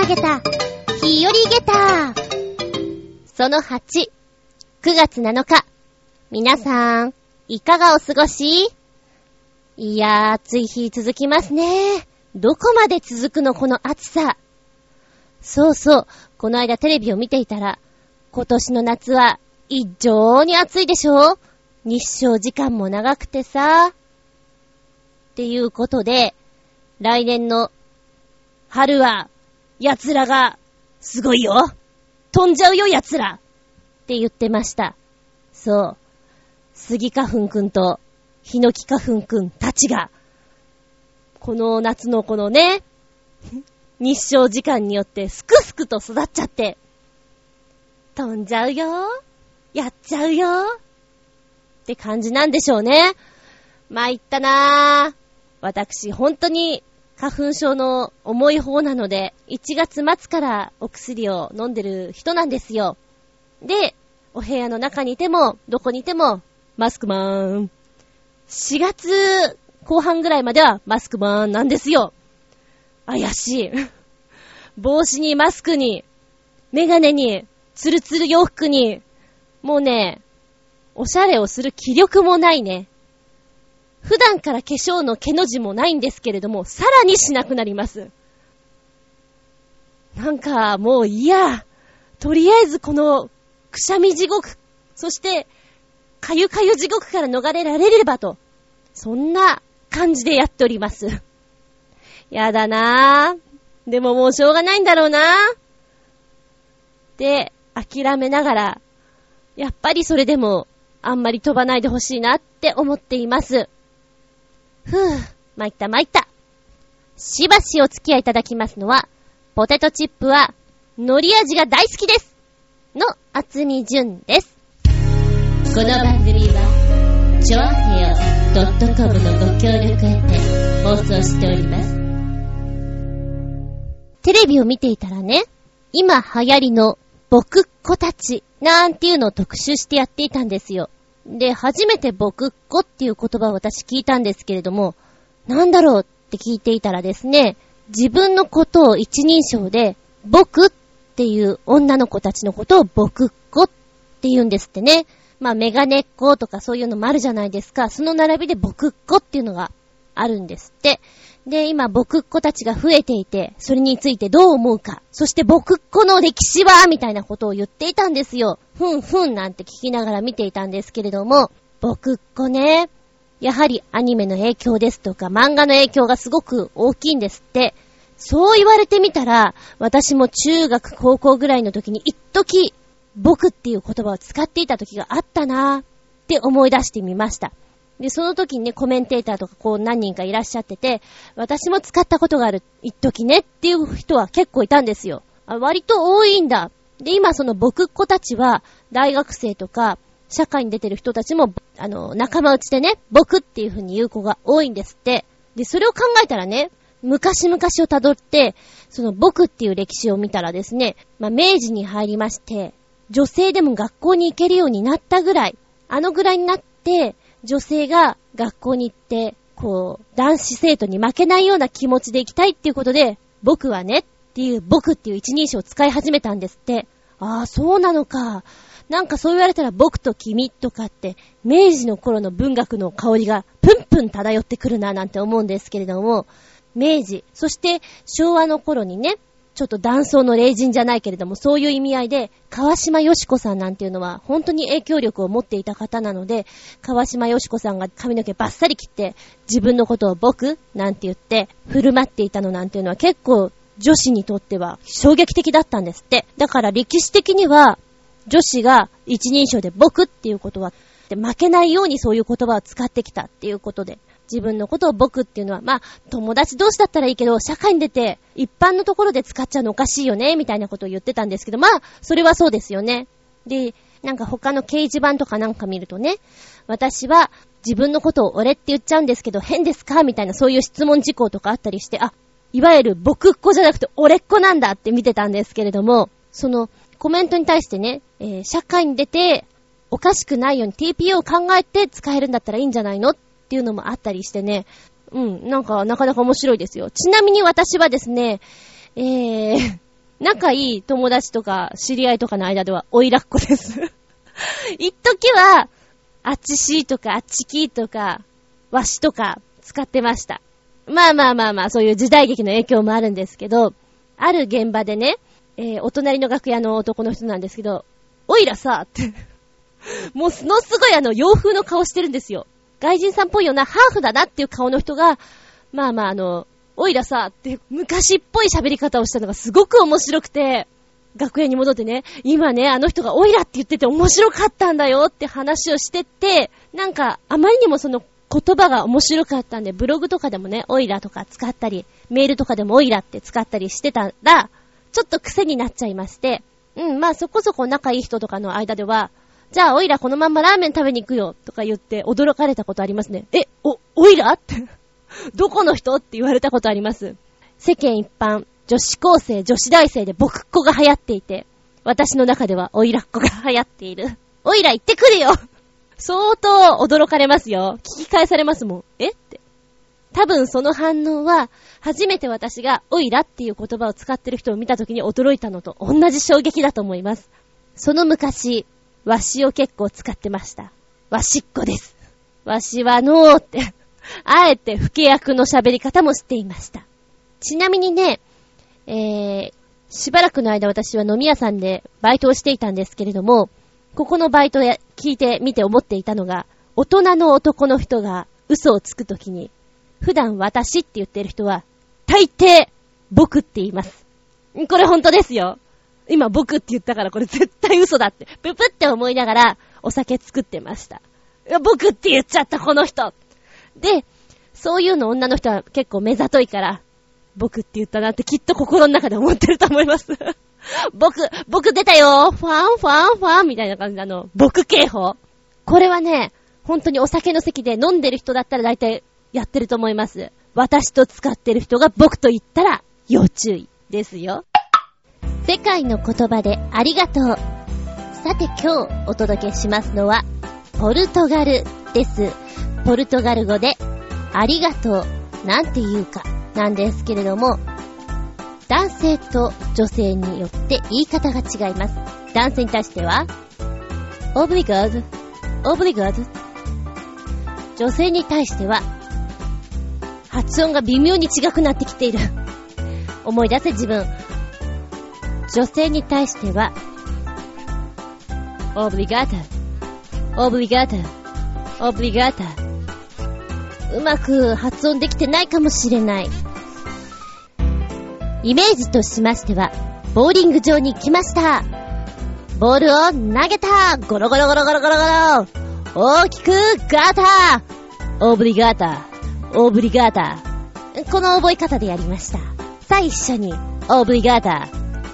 投げた日和ゲタその8、9月7日、皆さんいかがお過ごし？いやー、暑い日続きますね。どこまで続くのこの暑さ。そうそう、この間テレビを見ていたら、今年の夏は異常に暑いでしょ？日照時間も長くてさ。っていうことで、来年の春は奴らがすごいよ。飛んじゃうよ奴らって言ってました。そう。スギ花粉くんとヒノキ花粉くんたちが、この夏のこのね、日照時間によってすくすくと育っちゃって、飛んじゃうよ。やっちゃうよ。って感じなんでしょうね。参ったなぁ。私、本当に花粉症の重い方なので、1月末からお薬を飲んでる人なんですよ。で、お部屋の中にいても、どこにいても、マスクマン。4月後半ぐらいまではマスクマンなんですよ。怪しい。帽子にマスクに、メガネに、ツルツル洋服に、もうね、おしゃれをする気力もないね。普段から化粧の毛の字もないんですけれども、さらにしなくなります。なんかもういや、とりあえずこのくしゃみ地獄、そしてかゆかゆ地獄から逃れられればと、そんな感じでやっております。やだなぁ。でももうしょうがないんだろうなぁ。で、諦めながら、やっぱりそれでもあんまり飛ばないでほしいなって思っています。参った参った。しばしお付き合いいただきますのは、ポテトチップは海苔味が大好きですの厚み純です。この番組はちょあへよ .com のご協力へて放送しております。テレビを見ていたらね、今流行りの僕っ子たちなんていうのを特集してやっていたんですよ。で、初めて僕っ子っていう言葉を私聞いたんですけれども、なんだろうって聞いていたらですね、自分のことを一人称で、僕っていう女の子たちのことを僕っ子って言うんですってね。まあ、メガネっ子とかそういうのもあるじゃないですか。その並びで僕っ子っていうのがあるんですって。で、今僕っ子たちが増えていて、それについてどう思うか、そして僕っ子の歴史はみたいなことを言っていたんですよ。なんて聞きながら見ていたんですけれども、僕っ子ね、やはりアニメの影響ですとか漫画の影響がすごく大きいんですって。そう言われてみたら、私も中学高校ぐらいの時に一時僕っていう言葉を使っていた時があったなーって思い出してみました。で、その時にね、コメンテーターとかこう何人かいらっしゃってて、私も使ったことがある、一時ねっていう人は結構いたんですよ。割と多いんだ。で、今その僕っ子たちは、大学生とか、社会に出てる人たちも、仲間内でね、僕っていう風に言う子が多いんですって。で、それを考えたらね、昔々を辿って、その僕っていう歴史を見たらですね、明治に入りまして、女性でも学校に行けるようになったぐらい、あのぐらいになって、女性が学校に行って、こう、男子生徒に負けないような気持ちで行きたいっていうことで、僕はね、っていう僕っていう一人称を使い始めたんですって。ああ、そうなのか。なんかそう言われたら僕と君とかって、明治の頃の文学の香りがプンプン漂ってくるななんて思うんですけれども、明治、そして昭和の頃にね、ちょっと男装の霊人じゃないけれども、そういう意味合いで、川島よし子さんなんていうのは、本当に影響力を持っていた方なので、川島よし子さんが髪の毛バッサリ切って、自分のことを僕なんて言って、振る舞っていたのなんていうのは結構、女子にとっては衝撃的だったんですって。だから歴史的には、女子が一人称で僕っていうことは、負けないようにそういう言葉を使ってきたっていうことで、自分のことを僕っていうのは、友達同士だったらいいけど、社会に出て、一般のところで使っちゃうのおかしいよね、みたいなことを言ってたんですけど、それはそうですよね。で、なんか他の掲示板とかなんか見るとね、私は自分のことを俺って言っちゃうんですけど、変ですかみたいなそういう質問事項とかあったりして、いわゆる僕っ子じゃなくて俺っ子なんだって見てたんですけれども、そのコメントに対してね、社会に出ておかしくないように TPO を考えて使えるんだったらいいんじゃないのっていうのもあったりしてね、なんかなかなか面白いですよ。ちなみに私はですね、 仲いい友達とか知り合いとかの間ではオイラっ子です。一時は、あっちしーとかあっちきーとか、わしとか使ってました。まあ、そういう時代劇の影響もあるんですけど、ある現場でね、お隣の楽屋の男の人なんですけど、オイラさーって、もうすごい洋風の顔してるんですよ。外人さんっぽいようなハーフだなっていう顔の人が、オイラさーって昔っぽい喋り方をしたのがすごく面白くて、学園に戻ってね、今ね、あの人がオイラって言ってて面白かったんだよって話をしてって、なんかあまりにもその言葉が面白かったんで、ブログとかでもね、オイラとか使ったり、メールとかでもオイラって使ったりしてたら、ちょっと癖になっちゃいまして、そこそこ仲いい人とかの間では、じゃあオイラこのまんまラーメン食べに行くよとか言って驚かれたことありますね。オイラってどこの人って言われたことあります。世間一般、女子高生、女子大生で僕っ子が流行っていて、私の中ではオイラっ子が流行っている。オイラ行ってくるよ相当驚かれますよ。聞き返されますもん。って。多分その反応は、初めて私がオイラっていう言葉を使ってる人を見た時に驚いたのと同じ衝撃だと思います。その昔、わしを結構使ってました。わしっ子です。わしはのーって、あえて不契約の喋り方もしていました。ちなみにね、しばらくの間私は飲み屋さんでバイトをしていたんですけれども、ここのバイト聞いてみて思っていたのが、大人の男の人が嘘をつくときに、普段私って言ってる人は、大抵僕って言います。これ本当ですよ。今僕って言ったからこれ絶対嘘だって、ププって思いながらお酒作ってました。僕って言っちゃったこの人。で、そういうの女の人は結構目ざといから、僕って言ったなってきっと心の中で思ってると思います。僕出たよファンみたいな感じで僕警報。これはね、本当にお酒の席で飲んでる人だったら大体やってると思います。私と使ってる人が僕と言ったら要注意ですよ。世界の言葉でありがとう。さて今日お届けしますのはポルトガルです。ポルトガル語でありがとうなんて言うかなんですけれども、男性と女性によって言い方が違います。男性に対してはオブリガード、女性に対しては発音が微妙に違くなってきている。思い出せ自分。女性に対してはオブリガータ。うまく発音できてないかもしれない。イメージとしましては、ボーリング場に来ました。ボールを投げた。ゴロゴロ。大きくガタ。オブリガータ。この覚え方でやりました。さあ一緒にオブリガータ。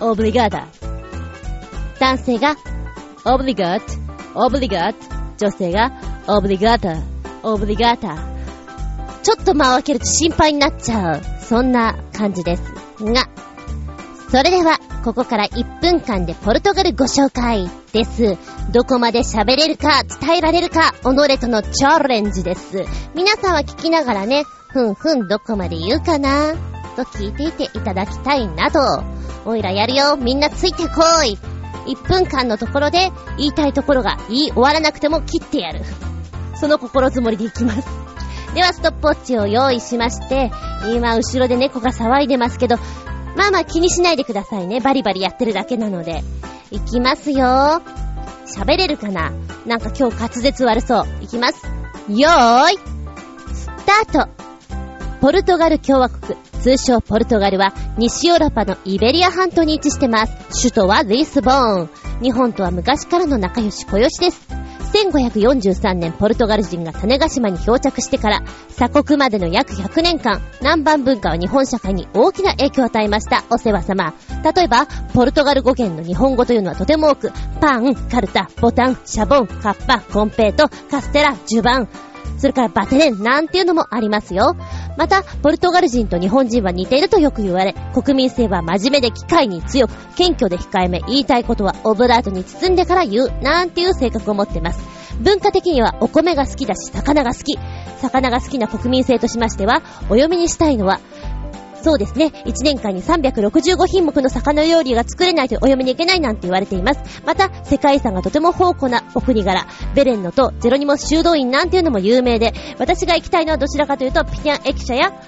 男性がオブリガート、女性がオブリガータ。ちょっと間を空けると心配になっちゃう、そんな感じですが、それではここから1分間でポルトガルご紹介です。どこまで喋れるか伝えられるか、己とのチャレンジです。皆さんは聞きながらね、どこまで言うかなと聞いていていただきたいなと。おいらやるよ、みんなついてこい。1分間のところで言いたいところが言い終わらなくても切ってやる、その心づもりでいきます。ではストップウォッチを用意しまして、今後ろで猫が騒いでますけど、まあ気にしないでくださいね。バリバリやってるだけなので。いきますよ。喋れるかな。なんか今日滑舌悪そう。いきます。よーいスタート。ポルトガル共和国、通称ポルトガルは西ヨーロッパのイベリア半島に位置してます。首都はリスボーン。日本とは昔からの仲良し小良しです。1543年ポルトガル人が種子島に漂着してから鎖国までの約100年間、南蛮文化は日本社会に大きな影響を与えました。お世話様。例えばポルトガル語圏の日本語というのはとても多く、パン、カルタ、ボタン、シャボン、カッパ、コンペイト、カステラ、ジュバン、それからバテレンなんていうのもありますよ。またポルトガル人と日本人は似ているとよく言われ、国民性は真面目で機械に強く、謙虚で控えめ、言いたいことはオブラートに包んでから言うなんていう性格を持ってます。文化的にはお米が好きだし魚が好きな国民性としましては、お読みにしたいのはそうですね、1年間に365品目の魚料理が作れないとお嫁に行けないなんて言われています。また世界遺産がとても豊富なお国柄、ベレンノとジェロニモ修道院なんていうのも有名で、私が行きたいのはどちらかというとピニャン駅舎や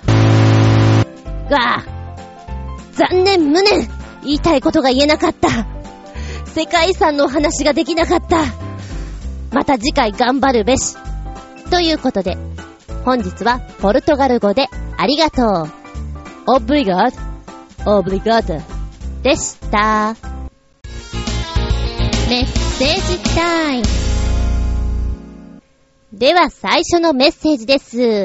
残念無念、言いたいことが言えなかった。世界遺産のお話ができなかった。また次回頑張るべし。ということで、本日はポルトガル語でありがとう。オブリガートでした。メッセージタイム。では最初のメッセージです。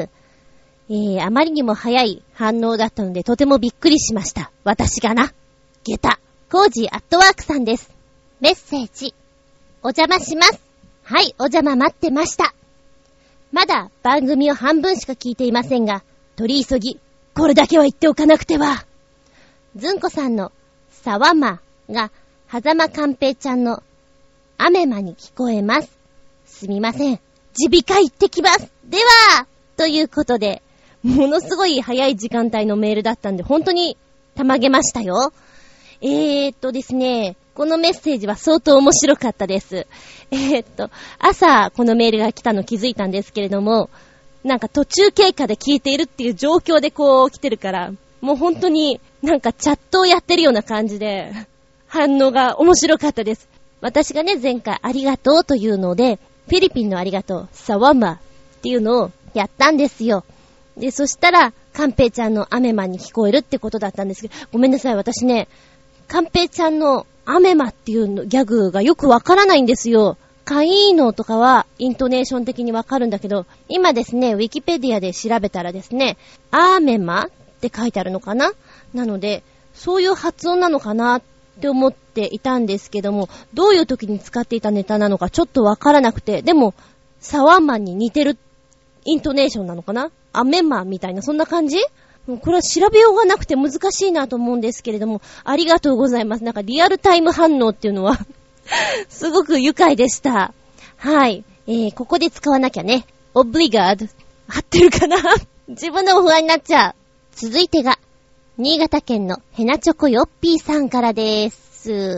あまりにも早い反応だったのでとてもびっくりしました。私がな。ゲタ。コージーアットワークさんです。メッセージ。お邪魔します。はい、お邪魔待ってました。まだ番組を半分しか聞いていませんが、取り急ぎ、これだけは言っておかなくては。ずんこさんのサワマが、はざまかんぺいちゃんのアメマに聞こえます。すみません。耳鼻科行ってきます。ではということで、ものすごい早い時間帯のメールだったんで、本当にたまげましたよ。ですね、このメッセージは相当面白かったです。朝このメールが来たの気づいたんですけれども、なんか途中経過で聞いているっていう状況でこう来てるから、もう本当になんかチャットをやってるような感じで、反応が面白かったです。私がね、前回ありがとうというので、フィリピンのありがとう、サワマっていうのをやったんですよ。で、そしたら、カンペイちゃんのアメマに聞こえるってことだったんですけど、ごめんなさい、私ね、カンペイちゃんのアメマっていうのギャグがよくわからないんですよ。カイーノとかはイントネーション的にわかるんだけど、今ですね、ウィキペディアで調べたらですね、アーメマって書いてあるのかな？なので、そういう発音なのかなって思っていたんですけども、どういう時に使っていたネタなのかちょっとわからなくて、でも、サワンマンに似てるイントネーションなのかな？アメマみたいな、そんな感じ？これは調べようがなくて難しいなと思うんですけれども、ありがとうございます。なんかリアルタイム反応っていうのはすごく愉快でした。はい。ここで使わなきゃね。オブリガード。合ってるかな自分でも不安になっちゃう。続いてが、新潟県のヘナチョコヨッピーさんからです。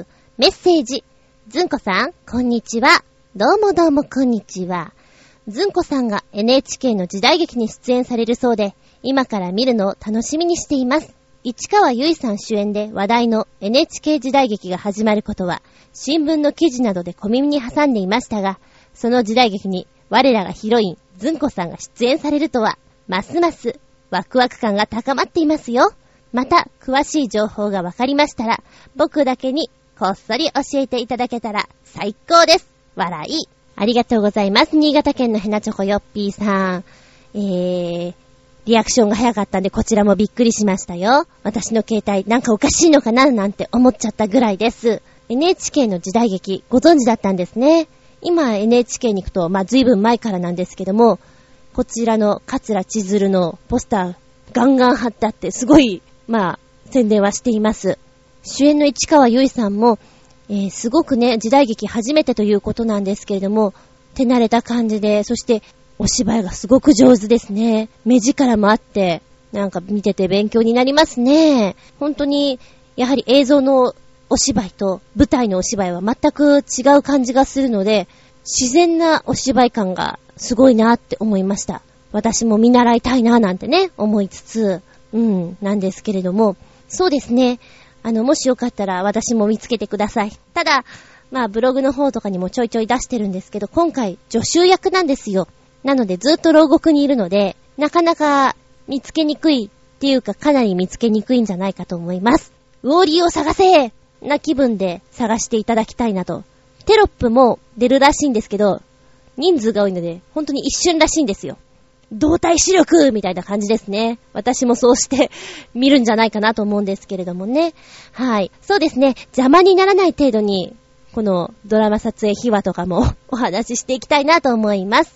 メッセージ。ずんこさん、こんにちは。どうもどうもこんにちは。ずんこさんが NHK の時代劇に出演されるそうで、今から見るのを楽しみにしています。市川由衣さん主演で話題の NHK 時代劇が始まることは、新聞の記事などで小耳に挟んでいましたが、その時代劇に我らがヒロイン、ずんこさんが出演されるとは、ますますワクワク感が高まっていますよ。また、詳しい情報がわかりましたら、僕だけにこっそり教えていただけたら最高です。笑い。ありがとうございます。新潟県のヘナチョコヨッピーさん。リアクションが早かったんでこちらもびっくりしましたよ。私の携帯なんかおかしいのかななんて思っちゃったぐらいです。NHK の時代劇ご存知だったんですね。今 NHK に行くと随分前からなんですけども、こちらの桂千鶴のポスターガンガン貼ってあってすごい宣伝はしています。主演の市川由衣さんも、すごくね時代劇初めてということなんですけれども、手慣れた感じで、そしてお芝居がすごく上手ですね。目力もあって、なんか見てて勉強になりますね。本当に、やはり映像のお芝居と舞台のお芝居は全く違う感じがするので、自然なお芝居感がすごいなって思いました。私も見習いたいななんてね、思いつつ、なんですけれども、そうですね。もしよかったら私も見つけてください。ただ、ブログの方とかにもちょいちょい出してるんですけど、今回助手役なんですよ。なのでずっと牢獄にいるので、なかなか見つけにくいっていうか、かなり見つけにくいんじゃないかと思います。ウォーリーを探せな気分で探していただきたいなと。テロップも出るらしいんですけど、人数が多いので本当に一瞬らしいんですよ。動体視力みたいな感じですね。私もそうして見るんじゃないかなと思うんですけれどもね。はい。そうですね。邪魔にならない程度にこのドラマ撮影秘話とかもお話ししていきたいなと思います。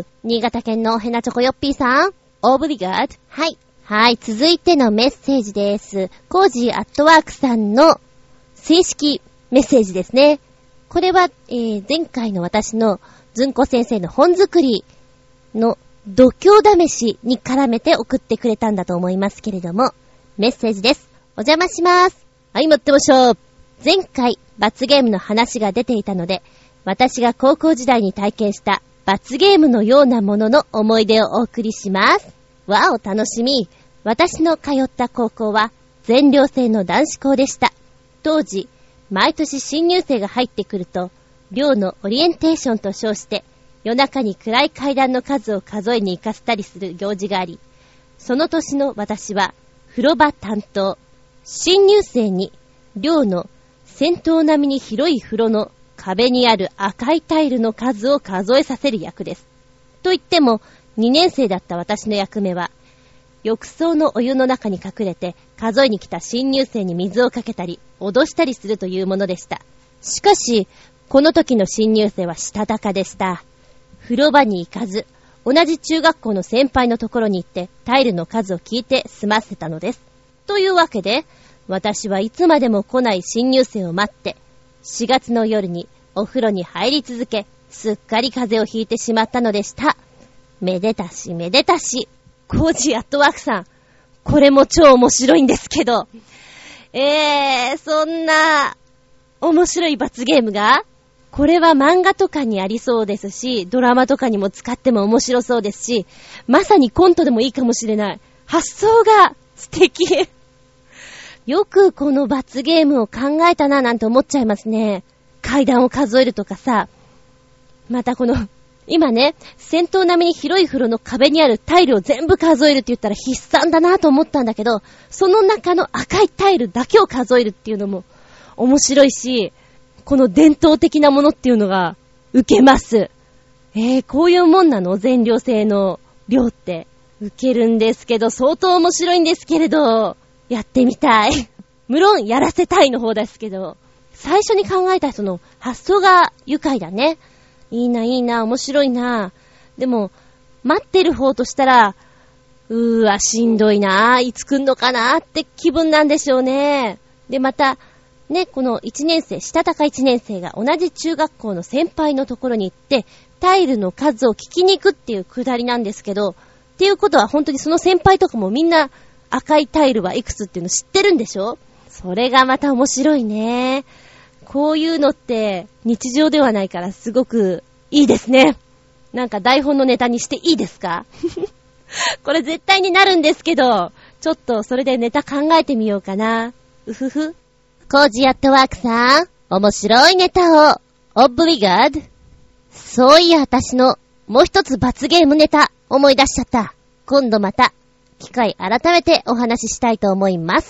新潟県のヘナチョコヨッピーさん、オブリガード。はい。はい。続いてのメッセージです。コージーアットワークさんの正式メッセージですね。これは、前回の私のずんこ先生の本作りの度胸試しに絡めて送ってくれたんだと思いますけれども、 メッセージです。お邪魔します。はい、待ってましょう。前回、罰ゲームの話が出ていたので、私が高校時代に体験した罰ゲームのようなものの思い出をお送りします。わお、楽しみ。私の通った高校は全寮制の男子校でした。当時、毎年新入生が入ってくると、寮のオリエンテーションと称して、夜中に暗い階段の数を数えに行かせたりする行事があり、その年の私は風呂場担当、新入生に寮の銭湯並みに広い風呂の壁にある赤いタイルの数を数えさせる役です。と言っても、2年生だった私の役目は、浴槽のお湯の中に隠れて数えに来た新入生に水をかけたり、脅したりするというものでした。しかし、この時の新入生はしたたかでした。風呂場に行かず、同じ中学校の先輩のところに行ってタイルの数を聞いて済ませたのです。というわけで、私はいつまでも来ない新入生を待って、4月の夜にお風呂に入り続け、すっかり風邪をひいてしまったのでした。めでたしめでたし。コージアットワークさん、これも超面白いんですけど、そんな面白い罰ゲームが、これは漫画とかにありそうですし、ドラマとかにも使っても面白そうですし、まさにコントでもいいかもしれない。発想が素敵。よくこの罰ゲームを考えたななんて思っちゃいますね。階段を数えるとかさ、またこの今ね、銭湯並みに広い風呂の壁にあるタイルを全部数えるって言ったら筆算だなと思ったんだけど、その中の赤いタイルだけを数えるっていうのも面白いし、この伝統的なものっていうのが受けます。こういうもんなの？全寮制の寮って受けるんですけど、相当面白いんですけれど、やってみたい。無論やらせたいの方ですけど、最初に考えたその発想が愉快だね。いいな、いいな、面白いな。でも、待ってる方としたら、しんどいな、いつ来んのかなって気分なんでしょうね。で、また、ね、この1年生、したたか1年生が同じ中学校の先輩のところに行って、タイルの数を聞きに行くっていうくだりなんですけど、っていうことは本当にその先輩とかもみんな赤いタイルはいくつっていうの知ってるんでしょ？それがまた面白いね。こういうのって日常ではないからすごくいいですね。なんか台本のネタにしていいですか？これ絶対になるんですけど、ちょっとそれでネタ考えてみようかな。うふふ。コージアットワークさん、面白いネタをオブリガード。そういや私のもう一つ罰ゲームネタ思い出しちゃった。今度また機会改めてお話ししたいと思います。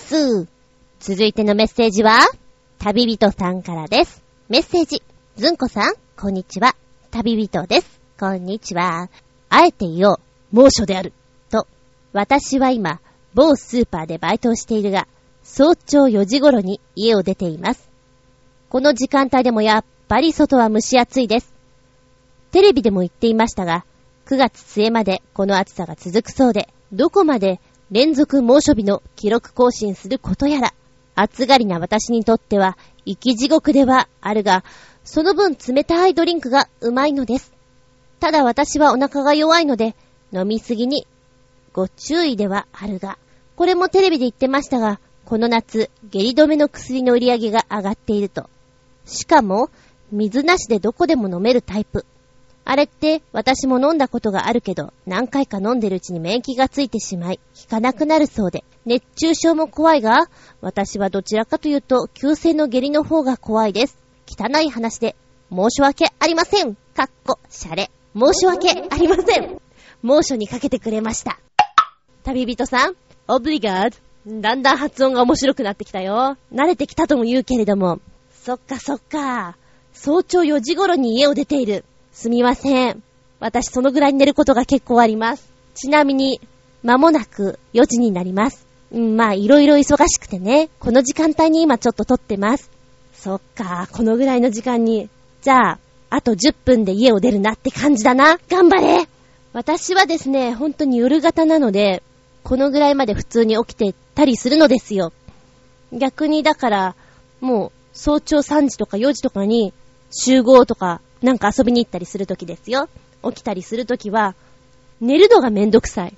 続いてのメッセージは旅人さんからです。メッセージ。ずんこさん、こんにちは。旅人です。こんにちは。あえて言おう。猛暑である。と、私は今、某スーパーでバイトをしているが、早朝4時頃に家を出ています。この時間帯でもやっぱり外は蒸し暑いです。テレビでも言っていましたが、9月末までこの暑さが続くそうで、どこまで連続猛暑日の記録更新することやら、暑がりな私にとっては生き地獄ではあるが、その分冷たいドリンクがうまいのです。ただ私はお腹が弱いので飲みすぎにご注意ではあるが、これもテレビで言ってましたが、この夏下痢止めの薬の売り上げが上がっていると。しかも水なしでどこでも飲めるタイプ。あれって私も飲んだことがあるけど、何回か飲んでるうちに免疫がついてしまい効かなくなるそうで、熱中症も怖いが、私はどちらかというと急性の下痢の方が怖いです。汚い話で申し訳ありません。かっこシャレ。申し訳ありません。猛暑にかけてくれました。旅人さん、オブリガード。だんだん発音が面白くなってきたよ。慣れてきたとも言うけれども。そっかそっか。早朝4時頃に家を出ている。すみません。私そのぐらい寝ることが結構あります。ちなみに、間もなく4時になります。まあいろいろ忙しくてね。この時間帯に今ちょっと撮ってます。そっか、このぐらいの時間に。じゃあ、あと10分で家を出るなって感じだな。頑張れ。私はですね、本当に夜型なので、このぐらいまで普通に起きてたりするのですよ。逆にだから、もう早朝3時とか4時とかに集合とかなんか遊びに行ったりするときですよ。起きたりするときは、寝るのがめんどくさい。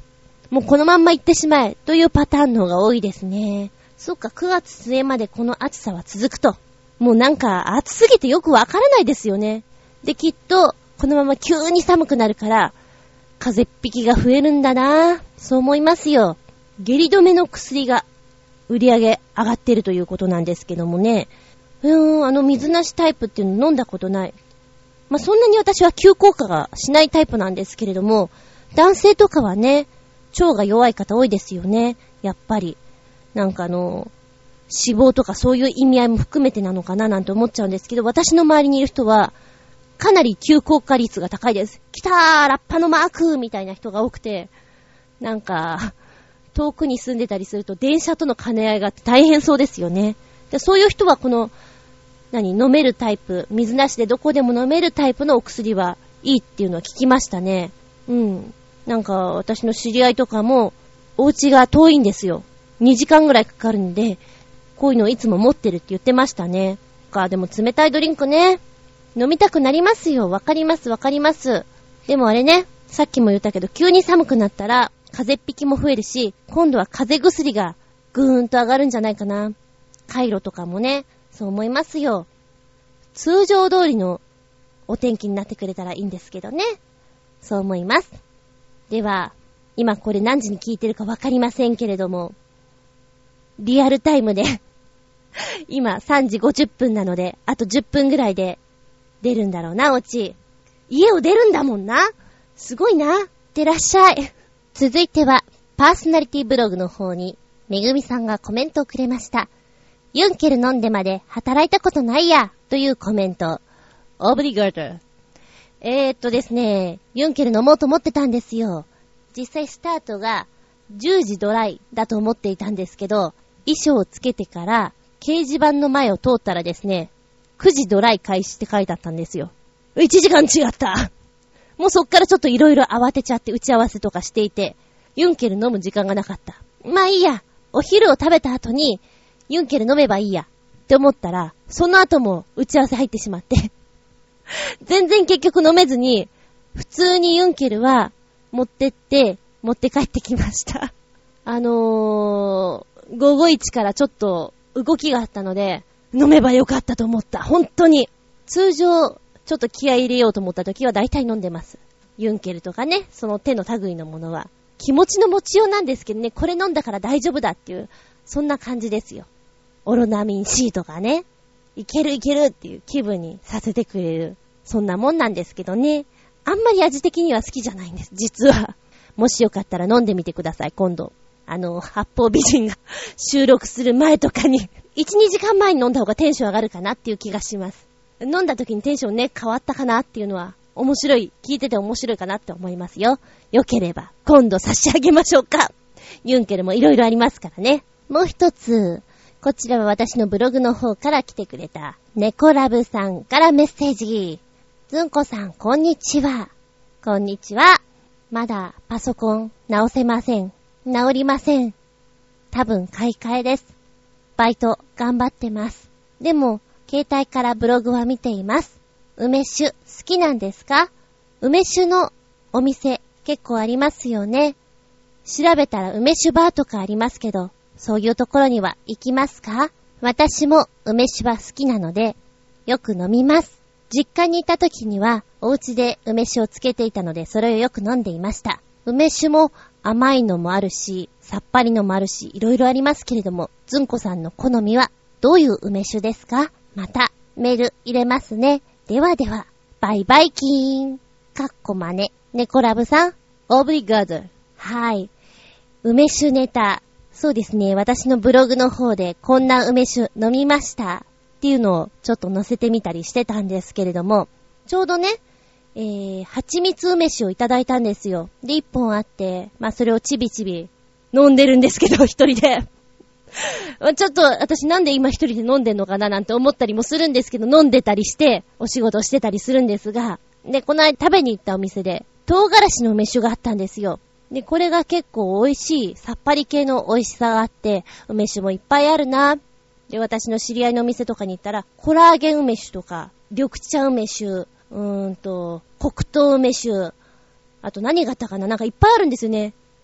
もうこのまんま行ってしまえというパターンの方が多いですね。そっか、9月末までこの暑さは続くと。もうなんか暑すぎてよくわからないですよね。で、きっとこのまま急に寒くなるから風邪っ引きが増えるんだな。そう思いますよ。下痢止めの薬が売り上げ上がってるということなんですけどもね。水なしタイプっていうの飲んだことない。まあ、そんなに私は急降下がしないタイプなんですけれども、男性とかはね、腸が弱い方多いですよね。やっぱり。なんか脂肪とかそういう意味合いも含めてなのかななんて思っちゃうんですけど、私の周りにいる人は、かなり急降下率が高いです。来たーラッパのマークみたいな人が多くて、なんか、遠くに住んでたりすると電車との兼ね合いが大変そうですよね。で、そういう人はこの、飲めるタイプ、水なしでどこでも飲めるタイプのお薬はいいっていうのは聞きましたね。うん。なんか私の知り合いとかも、お家が遠いんですよ。2時間ぐらいかかるんで、こういうのをいつも持ってるって言ってましたね。でも冷たいドリンクね、飲みたくなりますよ。わかりますわかります。でもあれね、さっきも言ったけど、急に寒くなったら風邪っ引きも増えるし、今度は風邪薬がぐーんと上がるんじゃないかな。カイロとかもね、そう思いますよ。通常通りのお天気になってくれたらいいんですけどね。そう思います。では、今これ何時に聞いてるかわかりませんけれども、リアルタイムで今3時50分なので、あと10分ぐらいで出るんだろうな、オチ。家を出るんだもんな。すごいな。ってらっしゃい。続いては、パーソナリティブログの方に、めぐみさんがコメントをくれました。ユンケル飲んでまで働いたことないや、というコメント。オブリガート。ですね、ユンケル飲もうと思ってたんですよ。実際スタートが10時ドライだと思っていたんですけど、衣装をつけてから掲示板の前を通ったらですね、9時ドライ開始って書いてあったんですよ。1時間違った。もうそっからちょっといろいろ慌てちゃって打ち合わせとかしていて、ユンケル飲む時間がなかった。まあいいや、お昼を食べた後にユンケル飲めばいいやって思ったら、その後も打ち合わせ入ってしまって全然結局飲めずに、普通にユンケルは持って帰ってきました午後1からちょっと動きがあったので飲めばよかったと思った。本当に通常ちょっと気合い入れようと思った時は大体飲んでます。ユンケルとかね、その手の類のものは気持ちの持ちようなんですけどね、これ飲んだから大丈夫だっていう、そんな感じですよ。オロナミン C とかね、いけるいけるっていう気分にさせてくれる、そんなもんなんですけどね。あんまり味的には好きじゃないんです、実は。もしよかったら飲んでみてください、今度。八方美人が収録する前とかに、1、2時間前に飲んだ方がテンション上がるかなっていう気がします。飲んだ時にテンションね、変わったかなっていうのは、面白い、聞いてて面白いかなって思いますよ。よければ、今度差し上げましょうか。ユンケルもいろいろありますからね。もう一つ、こちらは私のブログの方から来てくれた、猫ラブさんからメッセージ。ずんこさん、こんにちは。こんにちは。まだパソコン直せません。直りません。多分買い替えです。バイト頑張ってます。でも、携帯からブログは見ています。梅酒好きなんですか？梅酒のお店結構ありますよね。調べたら梅酒バーとかありますけど、そういうところには行きますか？私も梅酒は好きなので、よく飲みます。実家にいた時には、お家で梅酒をつけていたので、それをよく飲んでいました。梅酒も甘いのもあるし、さっぱりのもあるし、いろいろありますけれども、ずんこさんの好みはどういう梅酒ですか？またメール入れますね。ではでは、バイバイキーン。かっこまね。猫ラブさん、オブリガード。はい。梅酒ネタ。そうですね。私のブログの方でこんな梅酒飲みましたっていうのをちょっと載せてみたりしてたんですけれども、ちょうどね、蜂蜜梅酒をいただいたんですよ。で、1本あって、まあそれをちびちび飲んでるんですけど、一人で。ちょっと私なんで今一人で飲んでんのかななんて思ったりもするんですけど、飲んでたりしてお仕事してたりするんですが、で、この間食べに行ったお店で唐辛子の梅酒があったんですよ。で、これが結構美味しい、さっぱり系の美味しさがあって、梅酒もいっぱいあるな。で、私の知り合いのお店とかに行ったら、コラーゲン梅酒とか、緑茶梅酒、黒糖梅酒、あと何があったかな、なんかいっぱいあるんですよね。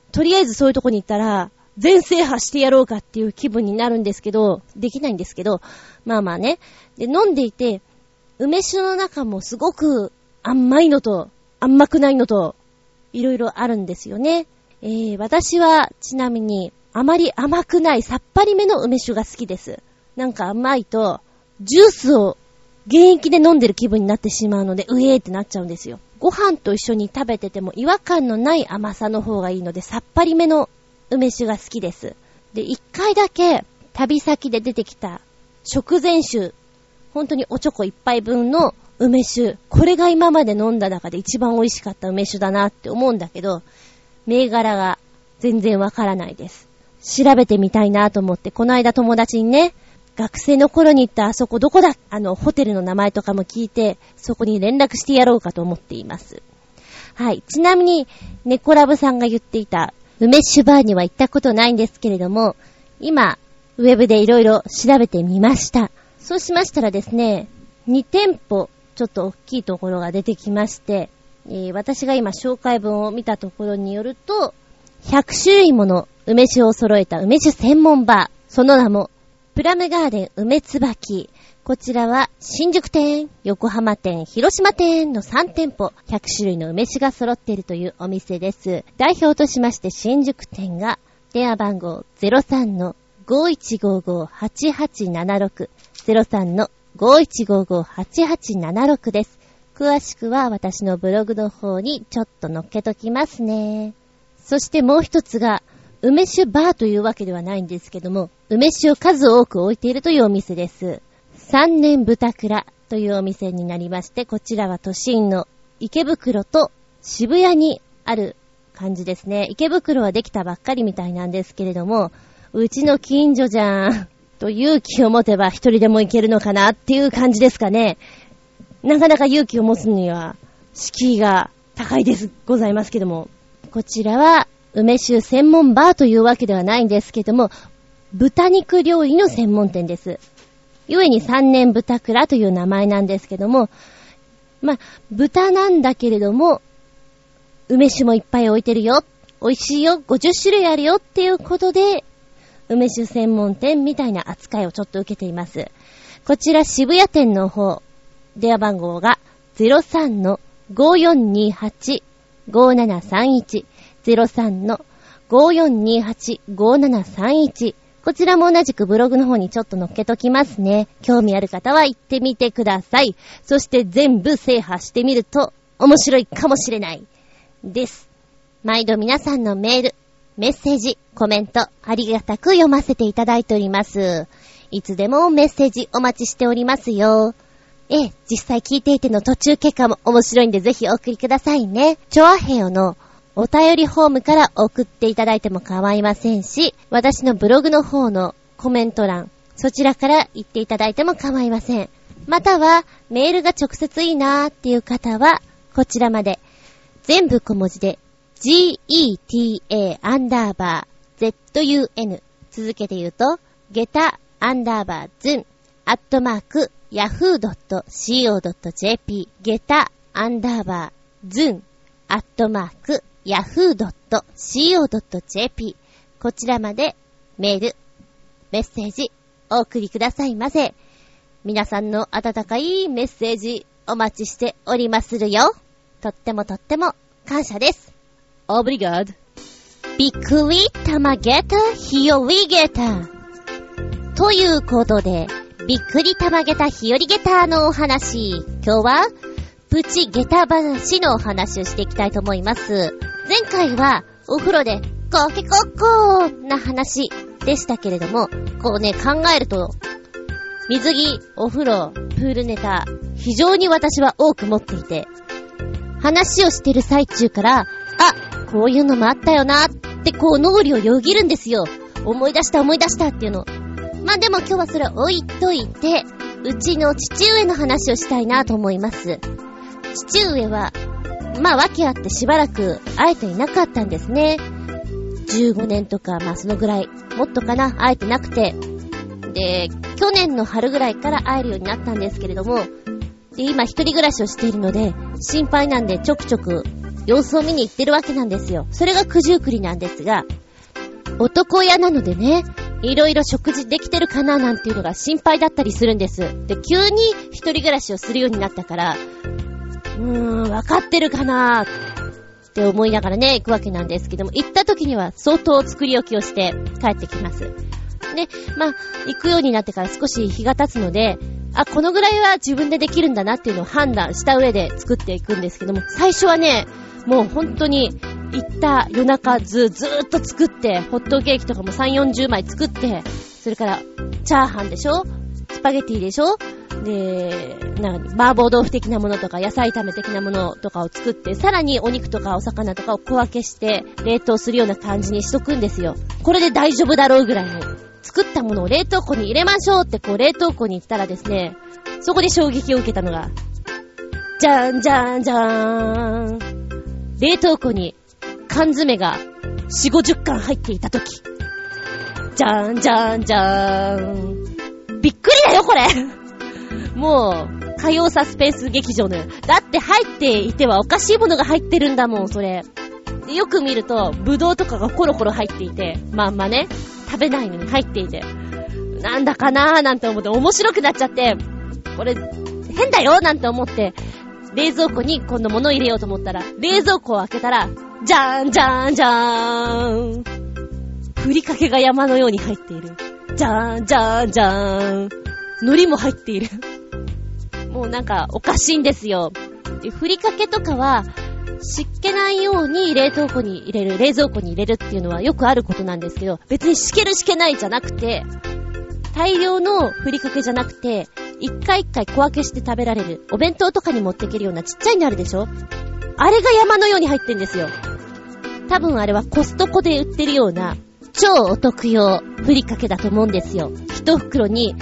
とりあえずそういうとこに行ったら、全制覇してやろうかっていう気分になるんですけど、できないんですけど、まあまあね。で、飲んでいて、梅酒の中もすごく甘いのと、甘くないのと、いろいろあるんですよね。私はちなみに、あまり甘くないさっぱりめの梅酒が好きです。なんか甘いと、ジュースを現役で飲んでる気分になってしまうので、うえーってなっちゃうんですよ。ご飯と一緒に食べてても違和感のない甘さの方がいいので、さっぱりめの梅酒が好きです。で、一回だけ旅先で出てきた食前酒、本当におちょこ一杯分の梅酒、これが今まで飲んだ中で一番美味しかった梅酒だなって思うんだけど、銘柄が全然わからないです。調べてみたいなと思って、この間友達にね、学生の頃に行ったあそこどこだ？ホテルの名前とかも聞いて、そこに連絡してやろうかと思っています。はい。ちなみに、ネコラブさんが言っていた、梅酒バーには行ったことないんですけれども、今、ウェブでいろいろ調べてみました。そうしましたらですね、2店舗、ちょっと大きいところが出てきまして、私が今紹介文を見たところによると、100種類もの梅酒を揃えた梅酒専門バー、その名も、プラムガーデン梅椿。こちらは新宿店、横浜店、広島店の3店舗、100種類の梅酒が揃っているというお店です。代表としまして新宿店が電話番号 03-5155-8876 03-5155-8876 です。詳しくは私のブログの方にちょっと載っけときますね。そしてもう一つが梅酒バーというわけではないんですけども、梅酒を数多く置いているというお店です。三年豚蔵というお店になりまして、こちらは都心の池袋と渋谷にある感じですね。池袋はできたばっかりみたいなんですけれども、うちの近所じゃんと勇気を持てば一人でも行けるのかなっていう感じですかね。なかなか勇気を持つには敷居が高いですございますけども、こちらは梅酒専門バーというわけではないんですけども、豚肉料理の専門店です。ゆえに三年豚蔵という名前なんですけども、まあ、豚なんだけれども、梅酒もいっぱい置いてるよ、美味しいよ、50種類あるよっていうことで、梅酒専門店みたいな扱いをちょっと受けています。こちら渋谷店の方、電話番号が 03-5428-5731 03-5428-5731 こちらも同じくブログの方にちょっと載っけときますね。興味ある方は行ってみてください。そして全部制覇してみると面白いかもしれないです。毎度皆さんのメール、メッセージ、コメントありがたく読ませていただいております。いつでもメッセージお待ちしておりますよ。実際聞いていての途中経過も面白いんでぜひお送りくださいね。チョアヘヨのお便りフォームから送っていただいても構いませんし、私のブログの方のコメント欄、そちらから言っていただいても構いません。または、メールが直接いいなーっていう方は、こちらまで。全部小文字で、GETA_ZUN。続けて言うと、geta_zun @yahoo.co.jp geta_zun @yahoo.co.jp こちらまでメール、メッセージお送りくださいませ。皆さんの温かいメッセージお待ちしておりまするよ。とってもとっても感謝です。オブリガード。びっくりたまげた日和げた。ということで、びっくりたまげた日和げたのお話。今日はプチゲタ話のお話をしていきたいと思います。前回はお風呂でコケコッコーな話でしたけれども、こうね考えると水着、お風呂、プールネタ非常に私は多く持っていて、話をしてる最中からこういうのもあったよなってこう脳裏をよぎるんですよ。思い出したっていうの。まあでも今日はそれ置いといて、うちの父上の話をしたいなと思います。父上はまあ訳あってしばらく会えていなかったんですね。15年とかまあそのぐらい、もっとかな、会えてなくて、で去年の春ぐらいから会えるようになったんですけれども、で今一人暮らしをしているので心配なんでちょくちょく様子を見に行ってるわけなんですよ。それが九十九里なんですが、男親なのでね、いろいろ食事できてるかななんていうのが心配だったりするんです。で、急に一人暮らしをするようになったから、わかってるかなって思いながらね、行くわけなんですけども、行った時には相当作り置きをして帰ってきます。で、行くようになってから少し日が経つので、このぐらいは自分でできるんだなっていうのを判断した上で作っていくんですけども、最初はね、もう本当に行った夜中ずーっと作って、ホットケーキとかも3、40枚作って、それからチャーハンでしょ、スパゲティでしょ、で、麻婆豆腐的なものとか野菜炒め的なものとかを作って、さらにお肉とかお魚とかを小分けして冷凍するような感じにしとくんですよ。これで大丈夫だろうぐらいの。作ったものを冷凍庫に入れましょうってこう冷凍庫に行ったらですね、そこで衝撃を受けたのが、じゃんじゃんじゃーん。冷凍庫に缶詰が4、50缶入っていたとき。じゃんじゃんじゃーん。びっくりだよこれもう、火曜サスペンス劇場のよ。だって入っていてはおかしいものが入ってるんだもん、それ。でよく見ると、ブドウとかがコロコロ入っていて、まんまね、食べないのに入っていて、なんだかなーなんて思って面白くなっちゃって、これ、変だよなんて思って、冷蔵庫に今度物を入れようと思ったら、冷蔵庫を開けたら、じゃーんじゃーんじゃーん。ふりかけが山のように入っている。じゃーんじゃーんじゃーん。海苔も入っている。もうなんかおかしいんですよ。で、ふりかけとかは湿気ないように冷蔵庫に入れるっていうのはよくあることなんですけど、別に湿気る湿気ないじゃなくて、大量のふりかけじゃなくて、一回一回小分けして食べられる、お弁当とかに持っていけるようなちっちゃいのあるでしょ。あれが山のように入ってんですよ。多分あれはコストコで売ってるような超お得用ふりかけだと思うんですよ。一袋に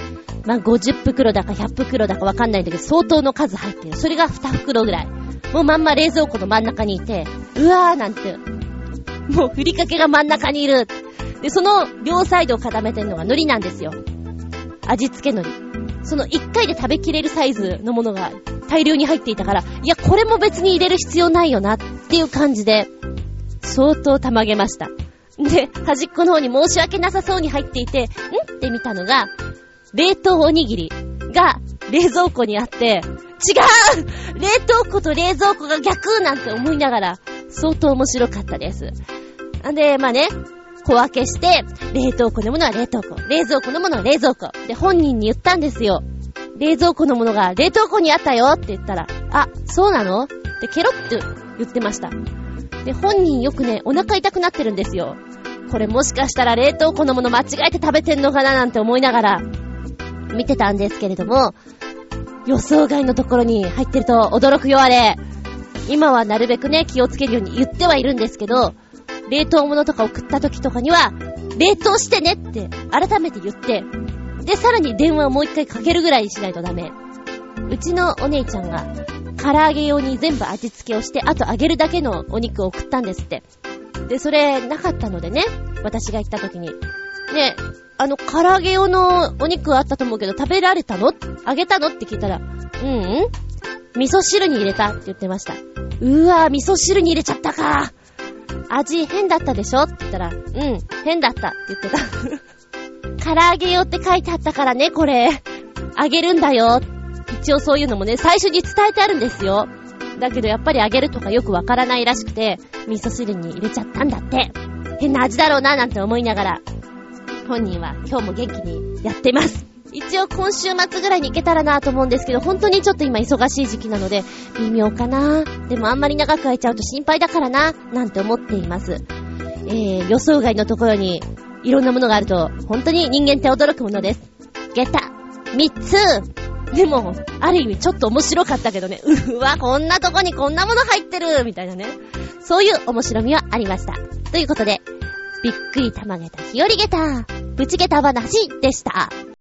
50袋だか100袋だかわかんないんだけど、相当の数入ってる。それが2袋ぐらい。もうまんま冷蔵庫の真ん中にいて、うわーなんて、もうふりかけが真ん中にいる。で、その両サイドを固めてるのが海苔なんですよ。味付け海苔。その1回で食べきれるサイズのものが大量に入っていたから、いや、これも別に入れる必要ないよなっていう感じで、相当たまげました。で、端っこの方に申し訳なさそうに入っていて、って見たのが、冷凍おにぎりが冷蔵庫にあって、違う！冷凍庫と冷蔵庫が逆なんて思いながら、相当面白かったです。で、小分けして、冷凍庫のものは冷凍庫、冷蔵庫のものは冷蔵庫。で、本人に言ったんですよ。冷蔵庫のものが冷凍庫にあったよって言ったら、そうなの？ってケロって言ってました。で、本人よくね、お腹痛くなってるんですよ。これもしかしたら冷凍庫のもの間違えて食べてんのかななんて思いながら、見てたんですけれども、予想外のところに入ってると驚くよあれ。今はなるべくね気をつけるように言ってはいるんですけど、冷凍物とか送った時とかには冷凍してねって改めて言って、でさらに電話をもう一回かけるぐらいにしないとダメ。うちのお姉ちゃんが唐揚げ用に全部味付けをして、あと揚げるだけのお肉を送ったんですって。でそれなかったのでね、私が行った時にね、唐揚げ用のお肉あったと思うけど食べられたの？揚げたの？って聞いたら、味噌汁に入れたって言ってました。うわー、味噌汁に入れちゃったか。味変だったでしょって言ったら、変だったって言ってた。唐揚げ用って書いてあったからね、これ。揚げるんだよ。一応そういうのもね、最初に伝えてあるんですよ。だけどやっぱり揚げるとかよくわからないらしくて、味噌汁に入れちゃったんだって。変な味だろうななんて思いながら、本人は今日も元気にやってます。一応今週末ぐらいに行けたらなと思うんですけど、本当にちょっと今忙しい時期なので微妙かな。でもあんまり長く空いちゃうと心配だからななんて思っています。予想外のところにいろんなものがあると本当に人間って驚くものです。下駄3つ。でもある意味ちょっと面白かったけどね、うわこんなとこにこんなもの入ってるみたいなね、そういう面白みはありました。ということで、びっくりたまげた日和下駄プチ下駄話でした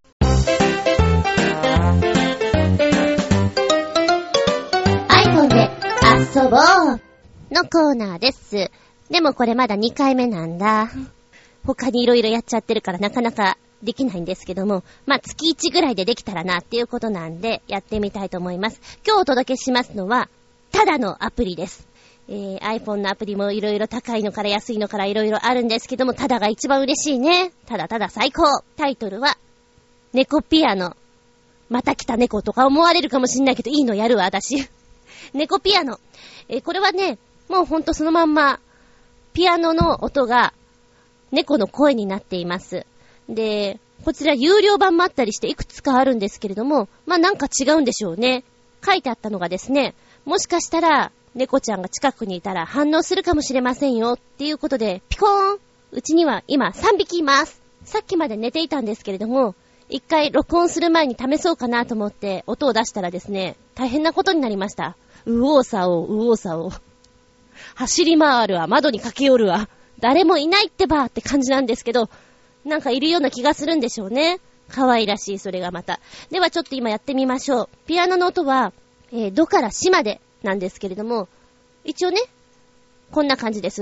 。iPhone で遊ぼうのコーナーです。でもこれまだ2回目なんだ。他にいろいろやっちゃってるからなかなかできないんですけども、月1ぐらいでできたらなっていうことなんでやってみたいと思います。今日お届けしますのはただのアプリです。 iPhone のアプリもいろいろ高いのから安いのからいろいろあるんですけども、ただが一番嬉しいね。ただただ最高。タイトルは、猫ピアノ。また来た猫とか思われるかもしんないけど、いいのやるわ、私。猫ピアノ。これはね、もうほんとそのまんま、ピアノの音が猫の声になっています。で、こちら有料版もあったりしていくつかあるんですけれども、まあなんか違うんでしょうね。書いてあったのがですね、もしかしたら猫ちゃんが近くにいたら反応するかもしれませんよっていうことで、ピコーン、うちには今3匹います。さっきまで寝ていたんですけれども、一回録音する前に試そうかなと思って音を出したらですね、大変なことになりました。うおーさお。走り回るわ、窓に駆け寄るわ。誰もいないってばって感じなんですけど、なんかいるような気がするんでしょうね。可愛らしい、それがまた。ではちょっと今やってみましょう。ピアノの音は、ドからシまでなんですけれども、一応ね、こんな感じです。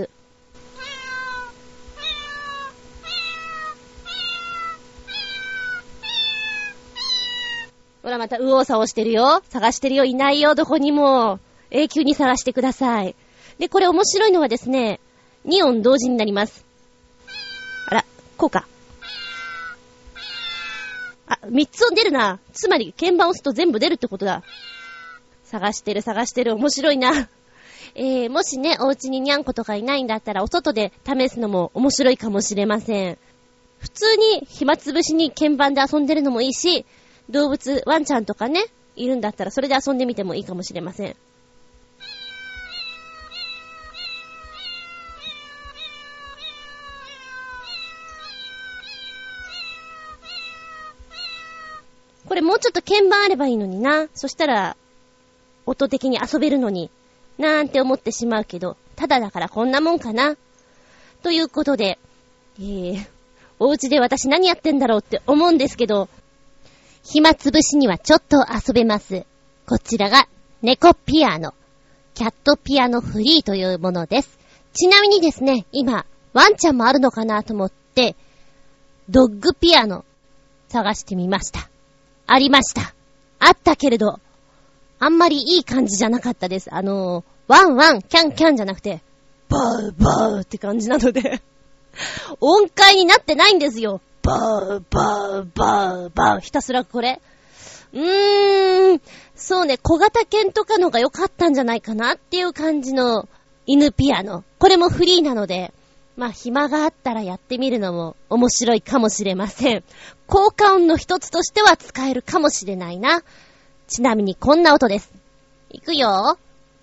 ほらまた右往左往してるよ。探してるよ。いないよ。どこにも。永久に探してください。で、これ面白いのはですね、2音同時になります。あら、こうか。あ、3つ音出るな。つまり鍵盤押すと全部出るってことだ。探してる。面白いな。もしね、お家にニャンコとかいないんだったら、お外で試すのも面白いかもしれません。普通に暇つぶしに鍵盤で遊んでるのもいいし、動物、ワンちゃんとかね、いるんだったらそれで遊んでみてもいいかもしれません。これもうちょっと鍵盤あればいいのにな。そしたら、音的に遊べるのに、なんて思ってしまうけど、ただだからこんなもんかな。ということで、お家で私何やってんだろうって思うんですけど、暇つぶしにはちょっと遊べます。こちらが猫ピアノ、キャットピアノフリーというものです。ちなみにですね、今ワンちゃんもあるのかなと思ってドッグピアノ探してみました。ありました。あったけれどあんまりいい感じじゃなかったです。ワンワンキャンキャンじゃなくてバーバーって感じなので音階になってないんですよ。バーバーバーバー、ひたすらこれ。そうね、小型犬とかのが良かったんじゃないかなっていう感じの犬ピアノ。これもフリーなので、まあ暇があったらやってみるのも面白いかもしれません。効果音の一つとしては使えるかもしれないな。ちなみにこんな音です。いくよ。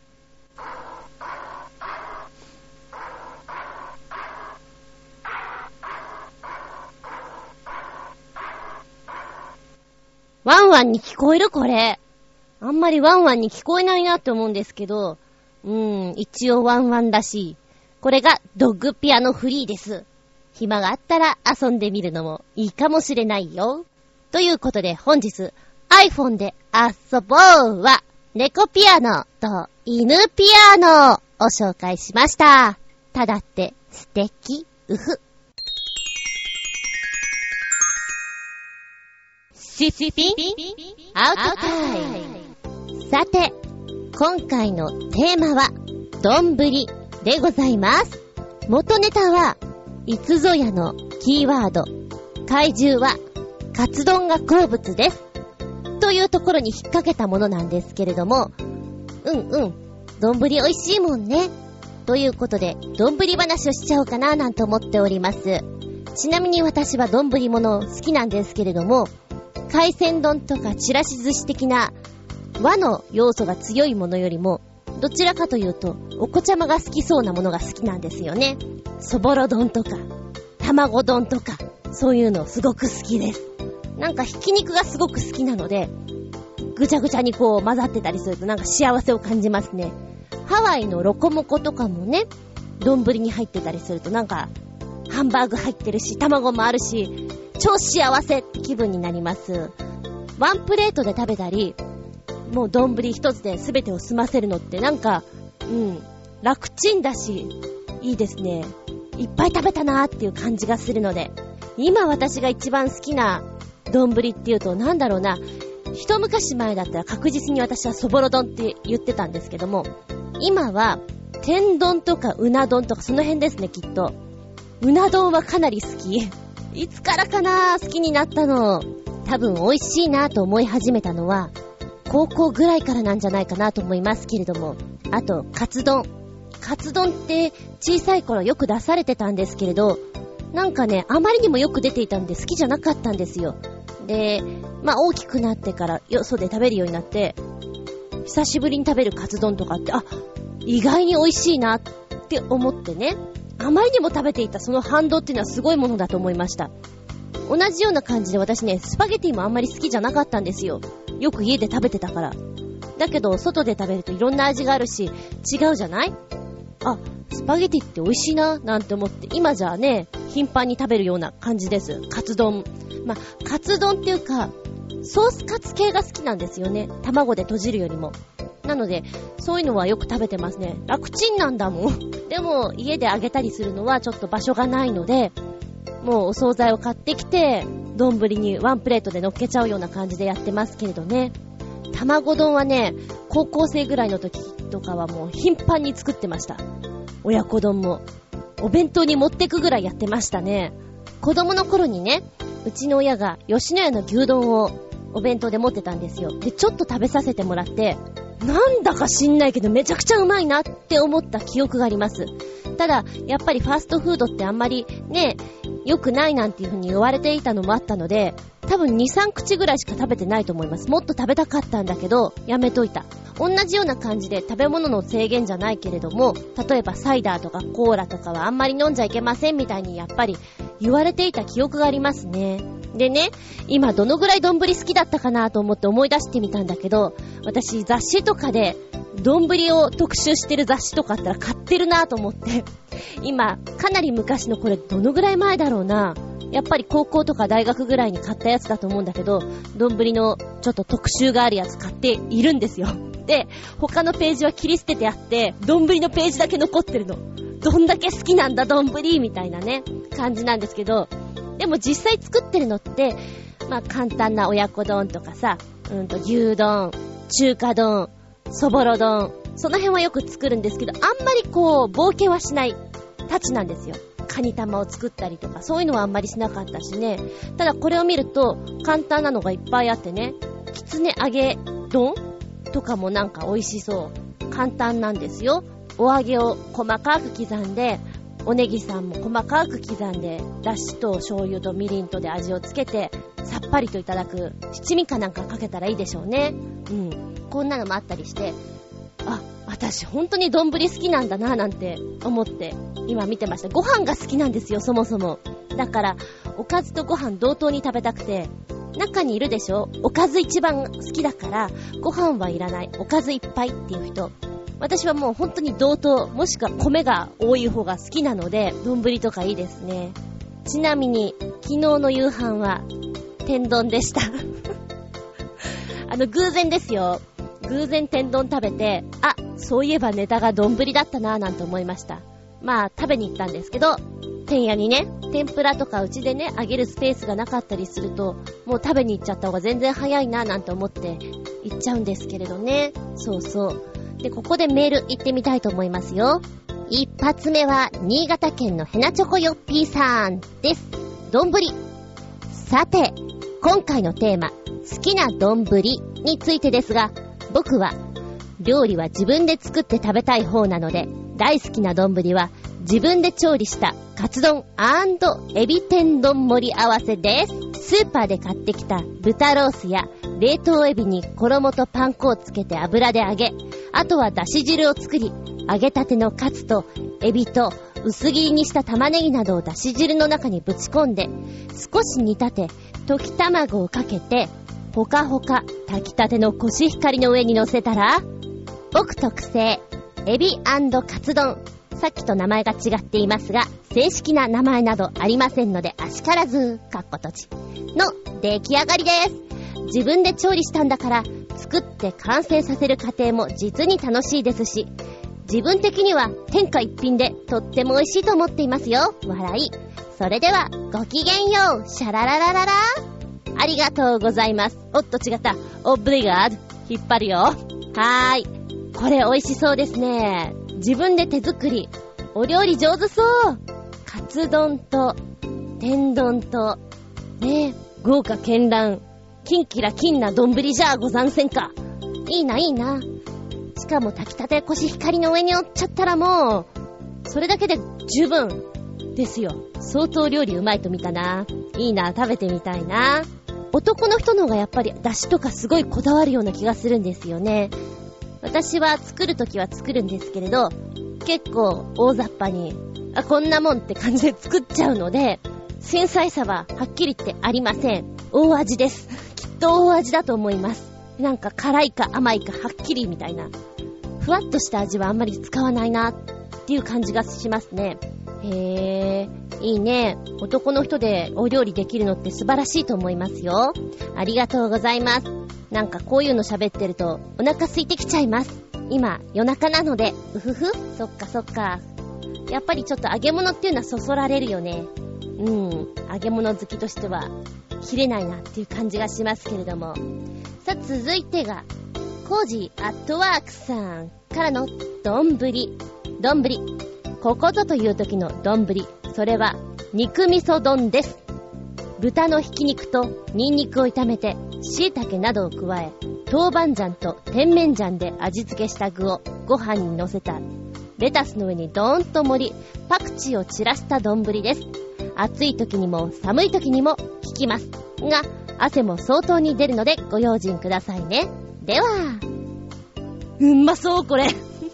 ワンワンに聞こえるこれ。あんまりワンワンに聞こえないなって思うんですけど、一応ワンワンらしい。これがドッグピアノフリーです。暇があったら遊んでみるのもいいかもしれないよ。ということで本日 iPhone で遊ぼうは猫ピアノと犬ピアノを紹介しました。ただって素敵、うふ。シッピンアウトタイム。さて、今回のテーマは丼でございます。元ネタはいつぞやのキーワード、怪獣はカツ丼が好物ですというところに引っ掛けたものなんですけれども、丼美味しいもんねということで丼話をしちゃおうかななんて思っております。ちなみに私は丼もの好きなんですけれども、海鮮丼とかちらし寿司的な和の要素が強いものよりも、どちらかというとお子ちゃまが好きそうなものが好きなんですよね。そぼろ丼とか卵丼とか、そういうのすごく好きです。なんかひき肉がすごく好きなので、ぐちゃぐちゃにこう混ざってたりするとなんか幸せを感じますね。ハワイのロコモコとかもね、丼に入ってたりするとなんかハンバーグ入ってるし卵もあるし、超幸せって気分になります。ワンプレートで食べたり、もう丼一つで全てを済ませるのってなんか、楽ちんだし、いいですね。いっぱい食べたなーっていう感じがするので、今私が一番好きな丼っていうとなんだろうな、一昔前だったら確実に私はそぼろ丼って言ってたんですけども、今は天丼とかうな丼とかその辺ですね、きっと。うな丼はかなり好き。いつからかな、好きになったの。多分美味しいなと思い始めたのは高校ぐらいからなんじゃないかなと思いますけれども。あとカツ丼って小さい頃よく出されてたんですけれど、なんかね、あまりにもよく出ていたんで好きじゃなかったんですよ。で、大きくなってからよそで食べるようになって、久しぶりに食べるカツ丼とかって、意外に美味しいなって思ってね、あまりにも食べていたその反動っていうのはすごいものだと思いました。同じような感じで私ね、スパゲティもあんまり好きじゃなかったんですよ。よく家で食べてたから。だけど外で食べるといろんな味があるし違うじゃない？スパゲティって美味しいななんて思って、今じゃあね、頻繁に食べるような感じです。カツ丼。カツ丼っていうかソースカツ系が好きなんですよね。卵で閉じるよりも。なのでそういうのはよく食べてますね。楽ちんなんだもん。でも家で揚げたりするのはちょっと場所がないので、もうお惣菜を買ってきて丼にワンプレートで乗っけちゃうような感じでやってますけれどね。卵丼はね、高校生ぐらいの時とかはもう頻繁に作ってました。親子丼もお弁当に持ってくぐらいやってましたね。子供の頃にね、うちの親が吉野家の牛丼をお弁当で持ってたんですよ。で、ちょっと食べさせてもらって、なんだか知んないけどめちゃくちゃうまいなって思った記憶があります。ただやっぱりファーストフードってあんまりね、良くないなんていう風に言われていたのもあったので、多分 2,3 口ぐらいしか食べてないと思います。もっと食べたかったんだけどやめといた。同じような感じで食べ物の制限じゃないけれども、例えばサイダーとかコーラとかはあんまり飲んじゃいけませんみたいにやっぱり言われていた記憶がありますね。でね、今どのぐらい丼好きだったかなと思って思い出してみたんだけど、私雑誌とかで丼を特集してる雑誌とかあったら買ってるなと思って、今かなり昔の、これどのぐらい前だろうな、やっぱり高校とか大学ぐらいに買ったやつだと思うんだけど、丼のちょっと特集があるやつ買っているんですよ。で、他のページは切り捨ててあって丼のページだけ残ってるの。どんだけ好きなんだ丼みたいなね感じなんですけど、でも実際作ってるのって簡単な親子丼とかさ、牛丼、中華丼、そぼろ丼、その辺はよく作るんですけど、あんまり冒険はしないたちなんですよ。カニ玉を作ったりとかそういうのはあんまりしなかったしね。ただこれを見ると簡単なのがいっぱいあってね、きつね揚げ丼とかもなんか美味しそう。簡単なんですよ。お揚げを細かく刻んで、おネギさんも細かく刻んで、だしと醤油とみりんとで味をつけてさっぱりといただく七味かなんかかけたらいいでしょうね。こんなのもあったりして、私本当に丼好きなんだななんて思って今見てました。ご飯が好きなんですよ、そもそも。だからおかずとご飯同等に食べたくて、中にいるでしょ、おかず一番好きだからご飯はいらない、おかずいっぱいっていう人。私はもう本当に同等、もしくは米が多い方が好きなので丼とかいいですね。ちなみに昨日の夕飯は天丼でした偶然ですよ。偶然天丼食べて、そういえばネタが丼だったなぁなんて思いました。食べに行ったんですけど、天屋にね、天ぷらとかうちでね揚げるスペースがなかったりすると、もう食べに行っちゃった方が全然早いななんて思って行っちゃうんですけれどね。そうそうで、ここでメール行ってみたいと思いますよ。一発目は新潟県のヘナチョコヨッピーさんです。丼。さて今回のテーマ、好きな丼についてですが、僕は料理は自分で作って食べたい方なので、大好きな丼は自分で調理したカツ丼&エビ天丼盛り合わせです。スーパーで買ってきた豚ロースや冷凍エビに衣とパン粉をつけて油で揚げ、あとはだし汁を作り、揚げたてのカツとエビと薄切りにした玉ねぎなどをだし汁の中にぶち込んで、少し煮立て溶き卵をかけて、ほかほか炊きたてのコシヒカリの上に乗せたら、僕特製エビ&カツ丼、さっきと名前が違っていますが正式な名前などありませんのであしからずかっこ閉じの出来上がりです。自分で調理したんだから作って完成させる過程も実に楽しいですし、自分的には天下一品でとっても美味しいと思っていますよ。笑い。それではごきげんよう。シャラララララ。ありがとうございます。おっと違った。オブリガード。引っ張るよ。はーい。これ美味しそうですね。 自分で手作り。お料理上手そう。カツ丼と、天丼と、ね、豪華絢爛。キンキラキンな丼じゃあござんせんか。いいな、いいな。しかも炊きたてコシヒカリの上に乗っちゃったらもう、それだけで十分ですよ。相当料理うまいと見たな。いいな、食べてみたいな。男の人の方がやっぱり出汁とかすごいこだわるような気がするんですよね。私は作るときは作るんですけれど、結構大雑把に、こんなもんって感じで作っちゃうので、繊細さははっきり言ってありません。大味です。きっと大味だと思います。なんか辛いか甘いかはっきりみたいな。ふわっとした味はあんまり使わないなっていう感じがしますね。へー、いいね。男の人でお料理できるのって素晴らしいと思いますよ。ありがとうございます。なんかこういうの喋ってるとお腹空いてきちゃいます。今夜中なので、うふふ、そっかそっか。やっぱりちょっと揚げ物っていうのはそそられるよね。揚げ物好きとしては切れないなっていう感じがしますけれども。さあ続いてがコージーアットワークさんからの丼。こことという時の丼、それは肉味噌丼です。豚のひき肉とニンニクを炒めて椎茸などを加え、豆板醤と甜麺醤で味付けした具をご飯に乗せたレタスの上にドーンと盛り、パクチーを散らした丼です。暑い時にも寒い時にも効きますが、汗も相当に出るのでご用心くださいね。では、うまそうこれ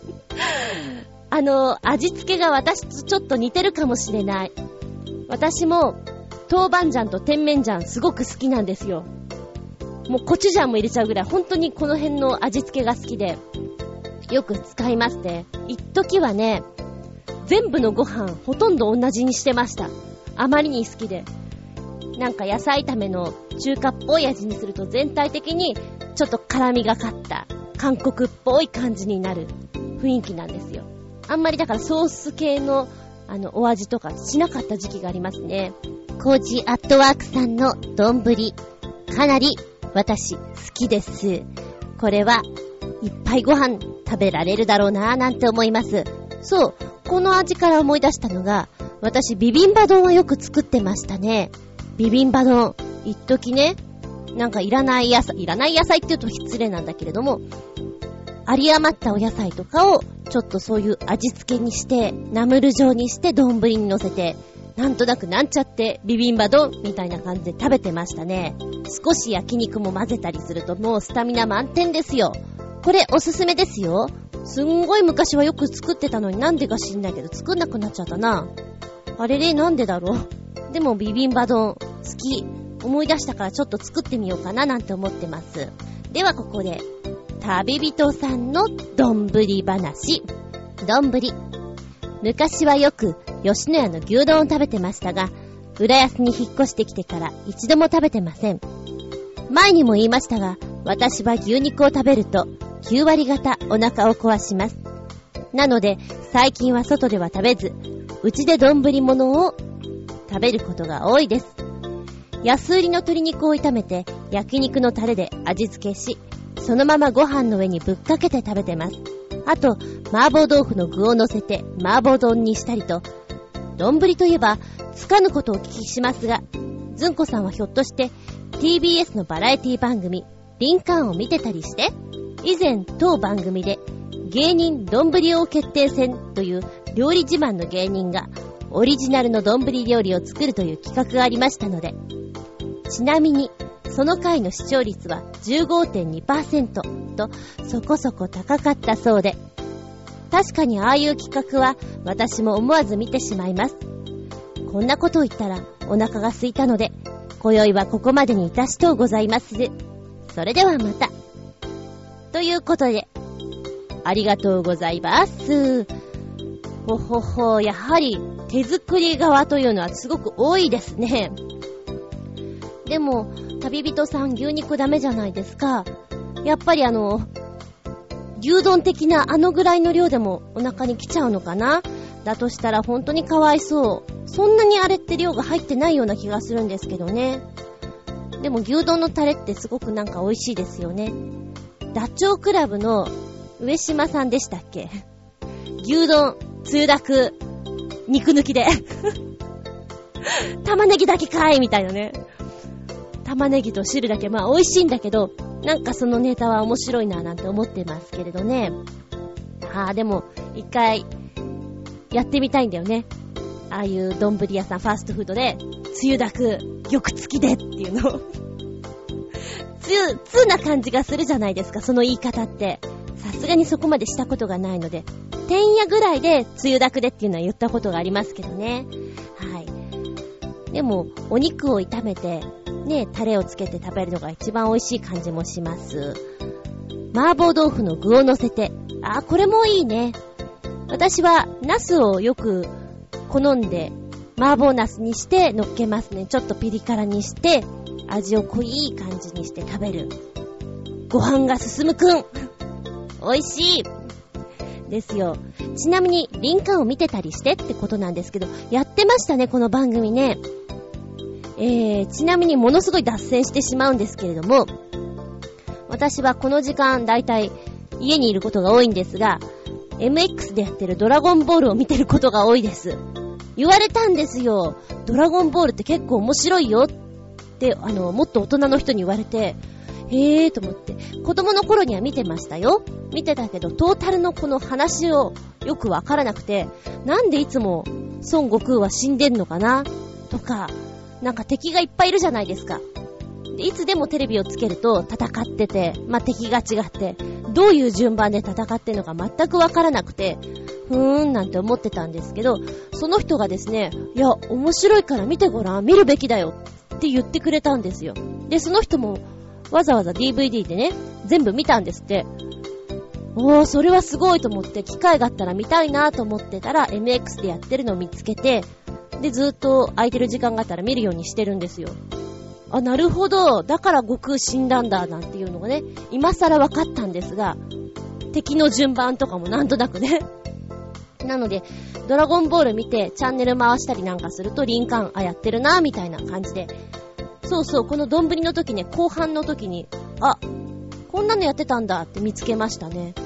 味付けが私とちょっと似てるかもしれない。私も豆板醤と甜麺醤すごく好きなんですよ。もうコチュジャンも入れちゃうぐらい本当にこの辺の味付けが好きでよく使いますね。一時はね、全部のご飯ほとんど同じにしてました。あまりに好きで。なんか野菜炒めの中華っぽい味にすると全体的にちょっと辛みがかった韓国っぽい感じになる雰囲気なんですよ。あんまりだからソース系のお味とかしなかった時期がありますね。コージーアットワークさんの丼、かなり私好きです。これはいっぱいご飯食べられるだろうなぁなんて思います。そう、この味から思い出したのが、私ビビンバ丼はよく作ってましたね。ビビンバ丼、一時ね、なんかいらない野菜って言うと失礼なんだけれども、有り余ったお野菜とかをちょっとそういう味付けにしてナムル状にして丼に乗せて、なんとなくなんちゃってビビンバ丼みたいな感じで食べてましたね。少し焼肉も混ぜたりするともうスタミナ満点ですよ。これおすすめですよ。すんごい昔はよく作ってたのになんでか知んないけど作んなくなっちゃったな。あれれなんでだろう。でもビビンバ丼好き。思い出したからちょっと作ってみようかななんて思ってます。ではここで旅人さんの丼話。昔はよく吉野家の牛丼を食べてましたが、浦安に引っ越してきてから一度も食べてません。前にも言いましたが、私は牛肉を食べると9割方お腹を壊します。なので最近は外では食べず、うちで丼物を食べることが多いです。安売りの鶏肉を炒めて焼肉のタレで味付けし、そのままご飯の上にぶっかけて食べてます。あと麻婆豆腐の具を乗せて麻婆丼にしたりと、丼といえばつかぬことをお聞きしますが、ずんこさんはひょっとして TBS のバラエティ番組リンカーンを見てたりして、以前当番組で芸人丼王決定戦という料理自慢の芸人がオリジナルの丼料理を作るという企画がありましたので、ちなみにその回の視聴率は 15.2% とそこそこ高かったそうで、確かにああいう企画は私も思わず見てしまいます。こんなことを言ったらお腹が空いたので、今宵はここまでにいたしとうございます。それではまた。ということで、ありがとうございます。ほほほ、やはり手作り側というのはすごく多いですね。でも旅人さん、牛肉ダメじゃないですか。やっぱり牛丼的なぐらいの量でもお腹に来ちゃうのかな。だとしたら本当にかわいそう。そんなにあれって量が入ってないような気がするんですけどね。でも牛丼のタレってすごくなんか美味しいですよね。ダチョウ倶楽部の上島さんでしたっけ。 牛丼、つゆだく、肉抜きで。玉ねぎだけかいみたいなね。玉ねぎと汁だけ、まあ美味しいんだけど、なんかそのネタは面白いななんて思ってますけれどね。でも、一回、やってみたいんだよね。ああいう丼屋さん、ファーストフードで、つゆだく、玉付きでっていうの。通な感じがするじゃないですか、その言い方って。さすがにそこまでしたことがないので、てんやぐらいでつゆだくでっていうのは言ったことがありますけどね。はい。でも、お肉を炒めて、ね、タレをつけて食べるのが一番美味しい感じもします。麻婆豆腐の具を乗せて、これもいいね。私は、ナスをよく好んで、麻婆ナスにして乗っけますね。ちょっとピリ辛にして、味を濃い感じにして食べる。ご飯が進むくん。美味しいですよ。ちなみにリンカーンを見てたりしてってことなんですけど、やってましたね、この番組ね。ちなみにものすごい脱線してしまうんですけれども、私はこの時間だいたい家にいることが多いんですが、MX でやってるドラゴンボールを見てることが多いです。言われたんですよ。ドラゴンボールって結構面白いよってもっと大人の人に言われて、へーと思って、子供の頃には見てましたよ。見てたけどトータルのこの話をよくわからなくて、なんでいつも孫悟空は死んでんのかなとか、なんか敵がいっぱいいるじゃないですか。でいつでもテレビをつけると戦ってて、敵が違ってどういう順番で戦ってんのか全くわからなくて、なんて思ってたんですけど、その人がですね、いや面白いから見てごらん、見るべきだよって言ってくれたんですよ。でその人もわざわざ DVD でね全部見たんですって。それはすごいと思って、機会があったら見たいなと思ってたら MX でやってるのを見つけて、でずっと空いてる時間があったら見るようにしてるんですよ。なるほど、だから悟空死んだんだなんていうのがね、今更分かったんですが、敵の順番とかもなんとなくね。なのでドラゴンボール見てチャンネル回したりなんかすると、リンカーンやってるなみたいな感じで、そうそう、この丼の時ね、後半の時にこんなのやってたんだって見つけましたね。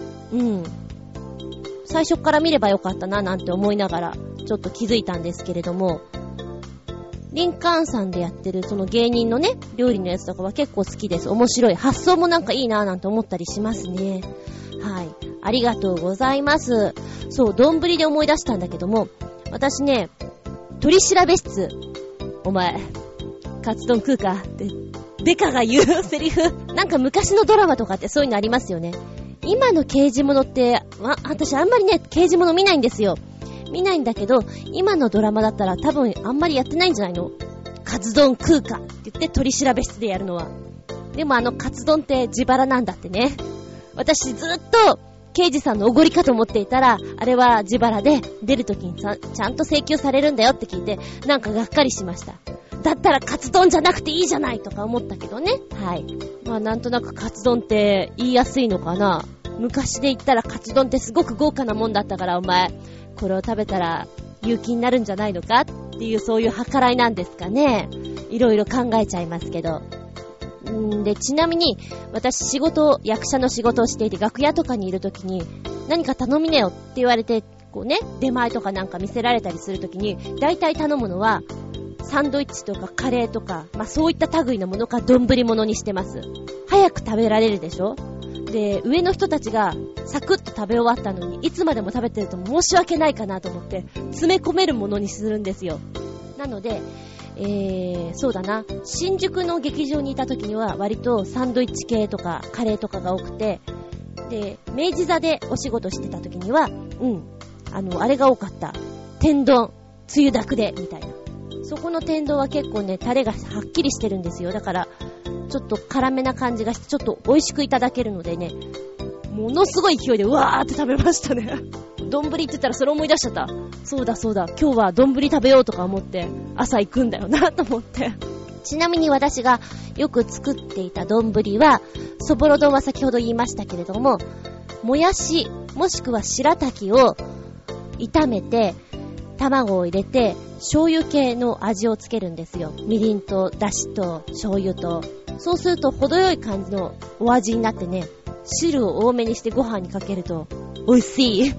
最初から見ればよかったななんて思いながらちょっと気づいたんですけれども、リンカーンさんでやってるその芸人のね料理のやつとかは結構好きです。面白い、発想もなんかいいななんて思ったりしますね。はい、ありがとうございます。そう、丼で思い出したんだけども、私ね、取調室、お前カツ丼食うかってデカが言うセリフ、なんか昔のドラマとかってそういうのありますよね。今の刑事物って私あんまりね刑事物見ないんですよ。見ないんだけど、今のドラマだったら多分あんまりやってないんじゃないの？カツ丼食うかって言って取調室でやるのは。でもカツ丼って自腹なんだってね。私ずっと刑事さんのおごりかと思っていたら、あれは自腹で出るときにちゃんと請求されるんだよって聞いて、なんかがっかりしました。だったらカツ丼じゃなくていいじゃないとか思ったけどね。はい。なんとなくカツ丼って言いやすいのかな。昔で言ったらカツ丼ってすごく豪華なもんだったから、お前これを食べたら勇気になるんじゃないのかっていう、そういう計らいなんですかね。いろいろ考えちゃいますけど。でちなみに私役者の仕事をしていて、楽屋とかにいるときに何か頼みなよって言われて、こうね出前とかなんか見せられたりするときに大体頼むのはサンドイッチとかカレーとか、そういった類のものか丼物にしてます。早く食べられるでしょ。で上の人たちがサクッと食べ終わったのにいつまでも食べてると申し訳ないかなと思って詰め込めるものにするんですよ。なのでそうだな、新宿の劇場にいた時には割とサンドイッチ系とかカレーとかが多くて、で明治座でお仕事してた時にはあれが多かった。天丼つゆだくでみたいな。そこの天丼は結構ねタレがはっきりしてるんですよ。だからちょっと辛めな感じがしてちょっと美味しくいただけるのでね、ものすごい勢いでうわーって食べましたね。丼って言ったらそれ思い出しちゃった。そうだ今日は丼食べようとか思って朝行くんだよなと思って。ちなみに私がよく作っていた丼は、そぼろ丼は先ほど言いましたけれども、もやしもしくは白滝を炒めて卵を入れて醤油系の味をつけるんですよ。みりんとだしと醤油と。そうすると程よい感じのお味になってね、汁を多めにしてご飯にかけると美味しい。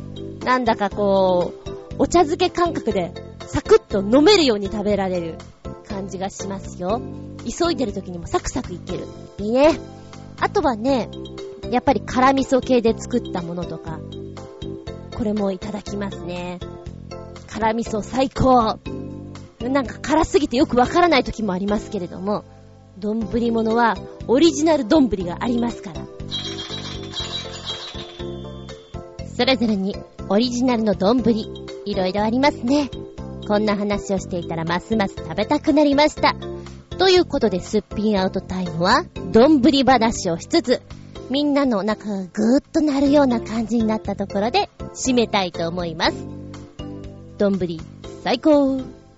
なんだかこう、お茶漬け感覚でサクッと飲めるように食べられる感じがしますよ。急いでる時にもサクサクいける。いいね。あとはね、やっぱり辛味噌系で作ったものとか、これもいただきますね。辛味噌最高。なんか辛すぎてよくわからない時もありますけれども、丼物はオリジナル丼がありますから。それぞれにオリジナルの丼、いろいろありますね。こんな話をしていたらますます食べたくなりました。ということで、すっぴんアウトタイムは丼話をしつつ、みんなのお腹がぐーっとなるような感じになったところで締めたいと思います。丼最高。こ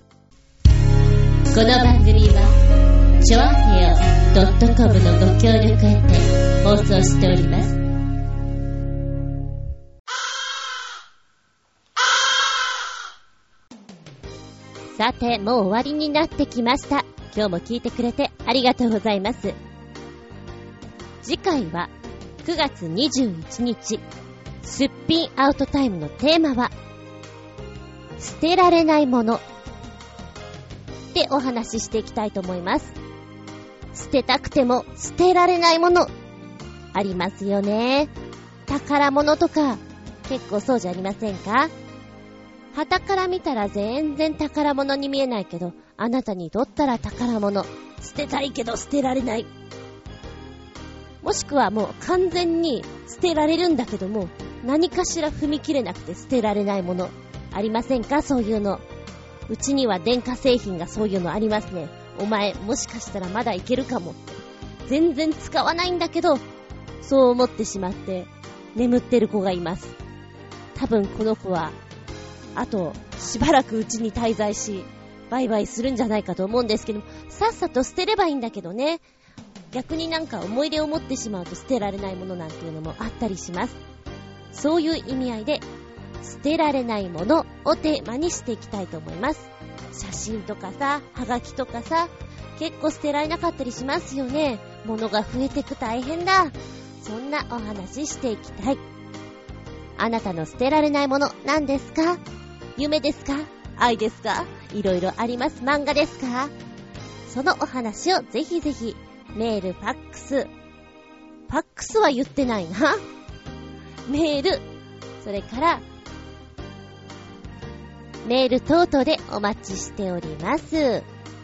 の番組はちょあへよ .com のご協力へて放送しております。さて、もう終わりになってきました。今日も聞いてくれてありがとうございます。次回は9月21日、すっぴんアウトタイムのテーマは捨てられないものでお話ししていきたいと思います。捨てたくても捨てられないものありますよね。宝物とか結構そうじゃありませんか？旗から見たら全然宝物に見えないけど、あなたにとったら宝物。捨てたいけど捨てられない。もしくはもう完全に捨てられるんだけども、何かしら踏み切れなくて捨てられないもの。ありませんか？そういうの。うちには電化製品がそういうのありますね。お前もしかしたらまだいけるかもって。全然使わないんだけど、そう思ってしまって眠ってる子がいます。多分この子はあとしばらくうちに滞在しバイバイするんじゃないかと思うんですけど、さっさと捨てればいいんだけどね。逆になんか思い出を持ってしまうと捨てられないものなんていうのもあったりします。そういう意味合いで捨てられないものをテーマにしていきたいと思います。写真とかさ、はがきとかさ、結構捨てられなかったりしますよね。物が増えてく大変だ。そんなお話していきたい。あなたの捨てられないもの何ですか？夢ですか？愛ですか？いろいろあります。漫画ですか？そのお話をぜひぜひメール、ファックスは言ってないな。メール、それからメール等々でお待ちしております。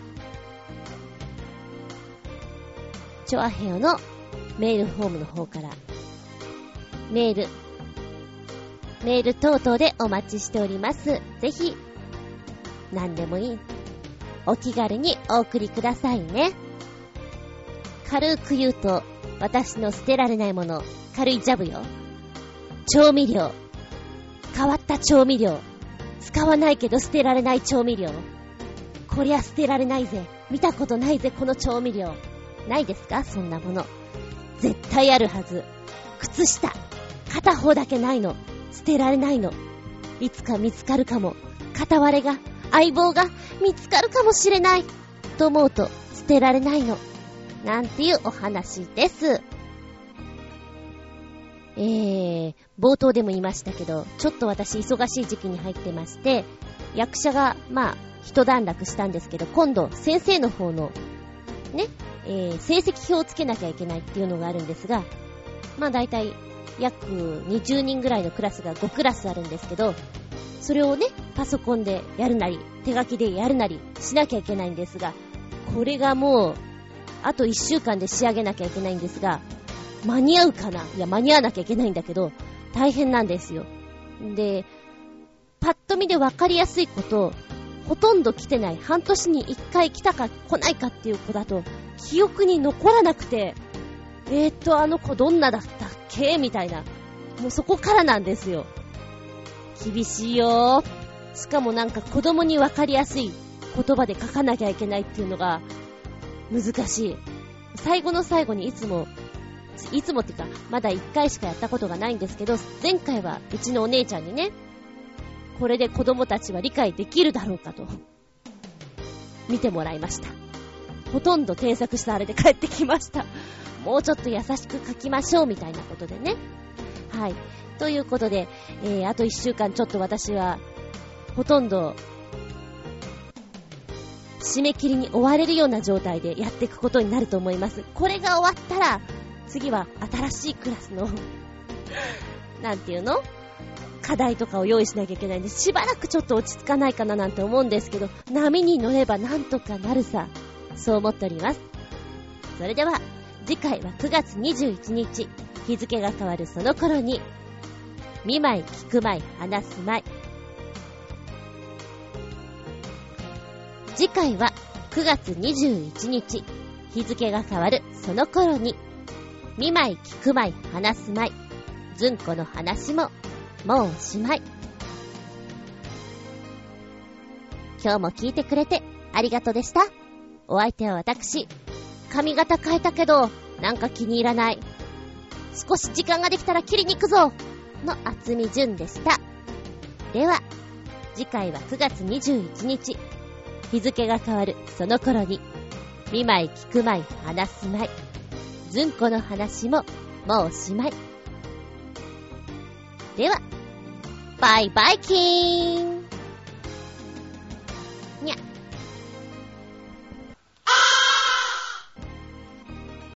チョアヘヨのメールフォームの方からメール等々でお待ちしております。ぜひ何でもいい、お気軽にお送りくださいね。軽く言うと、私の捨てられないもの、軽いジャブよ。調味料、変わった調味料、使わないけど捨てられない調味料。こりゃ捨てられないぜ、見たことないぜこの調味料。ないですか？そんなもの絶対あるはず。靴下、片方だけないの、捨てられないの。いつか見つかるかも、片割れが、相棒が見つかるかもしれないと思うと捨てられないの、なんていうお話です。冒頭でも言いましたけど、ちょっと私忙しい時期に入ってまして、役者が一段落したんですけど、今度先生の方のね、成績表をつけなきゃいけないっていうのがあるんですが、だいたい約20人ぐらいのクラスが5クラスあるんですけど、それをね、パソコンでやるなり手書きでやるなりしなきゃいけないんですが、これがもうあと1週間で仕上げなきゃいけないんですが、間に合うかな？いや、間に合わなきゃいけないんだけど大変なんですよ。で、パッと見で分かりやすいこと、ほとんど来てない、半年に1回来たか来ないかっていう子だと記憶に残らなくて、あの子どんなだったっけみたいな、もうそこからなんですよ。厳しいよ。しかもなんか子供に分かりやすい言葉で書かなきゃいけないっていうのが難しい。最後の最後にいつもっていうか、まだ1回しかやったことがないんですけど、前回はうちのお姉ちゃんにね、これで子供たちは理解できるだろうかと見てもらいました。ほとんど添削したあれで帰ってきました。もうちょっと優しく書きましょうみたいなことでね。 はい。ということで、あと1週間ちょっと私は、ほとんど、締め切りに追われるような状態でやっていくことになると思います。これが終わったら、次は新しいクラスの、なんていうの？課題とかを用意しなきゃいけないんで、しばらくちょっと落ち着かないかななんて思うんですけど、波に乗ればなんとかなるさ。そう思っております。それでは、次回は9月21日、日付が変わるその頃に、見舞い聞く舞い話す舞い。次回は9月21日、日付が変わるその頃に、見舞い聞く舞い話す舞い。ずんこの話も、もうおしまい。今日も聞いてくれてありがとうでした。お相手は私、髪型変えたけど、なんか気に入らない。少し時間ができたら切りに行くぞの厚み純でした。では、次回は9月21日、日付が変わるその頃に、見舞い聞く舞い話す舞い。ずんこの話ももうおしまい。では、バイバイキーン。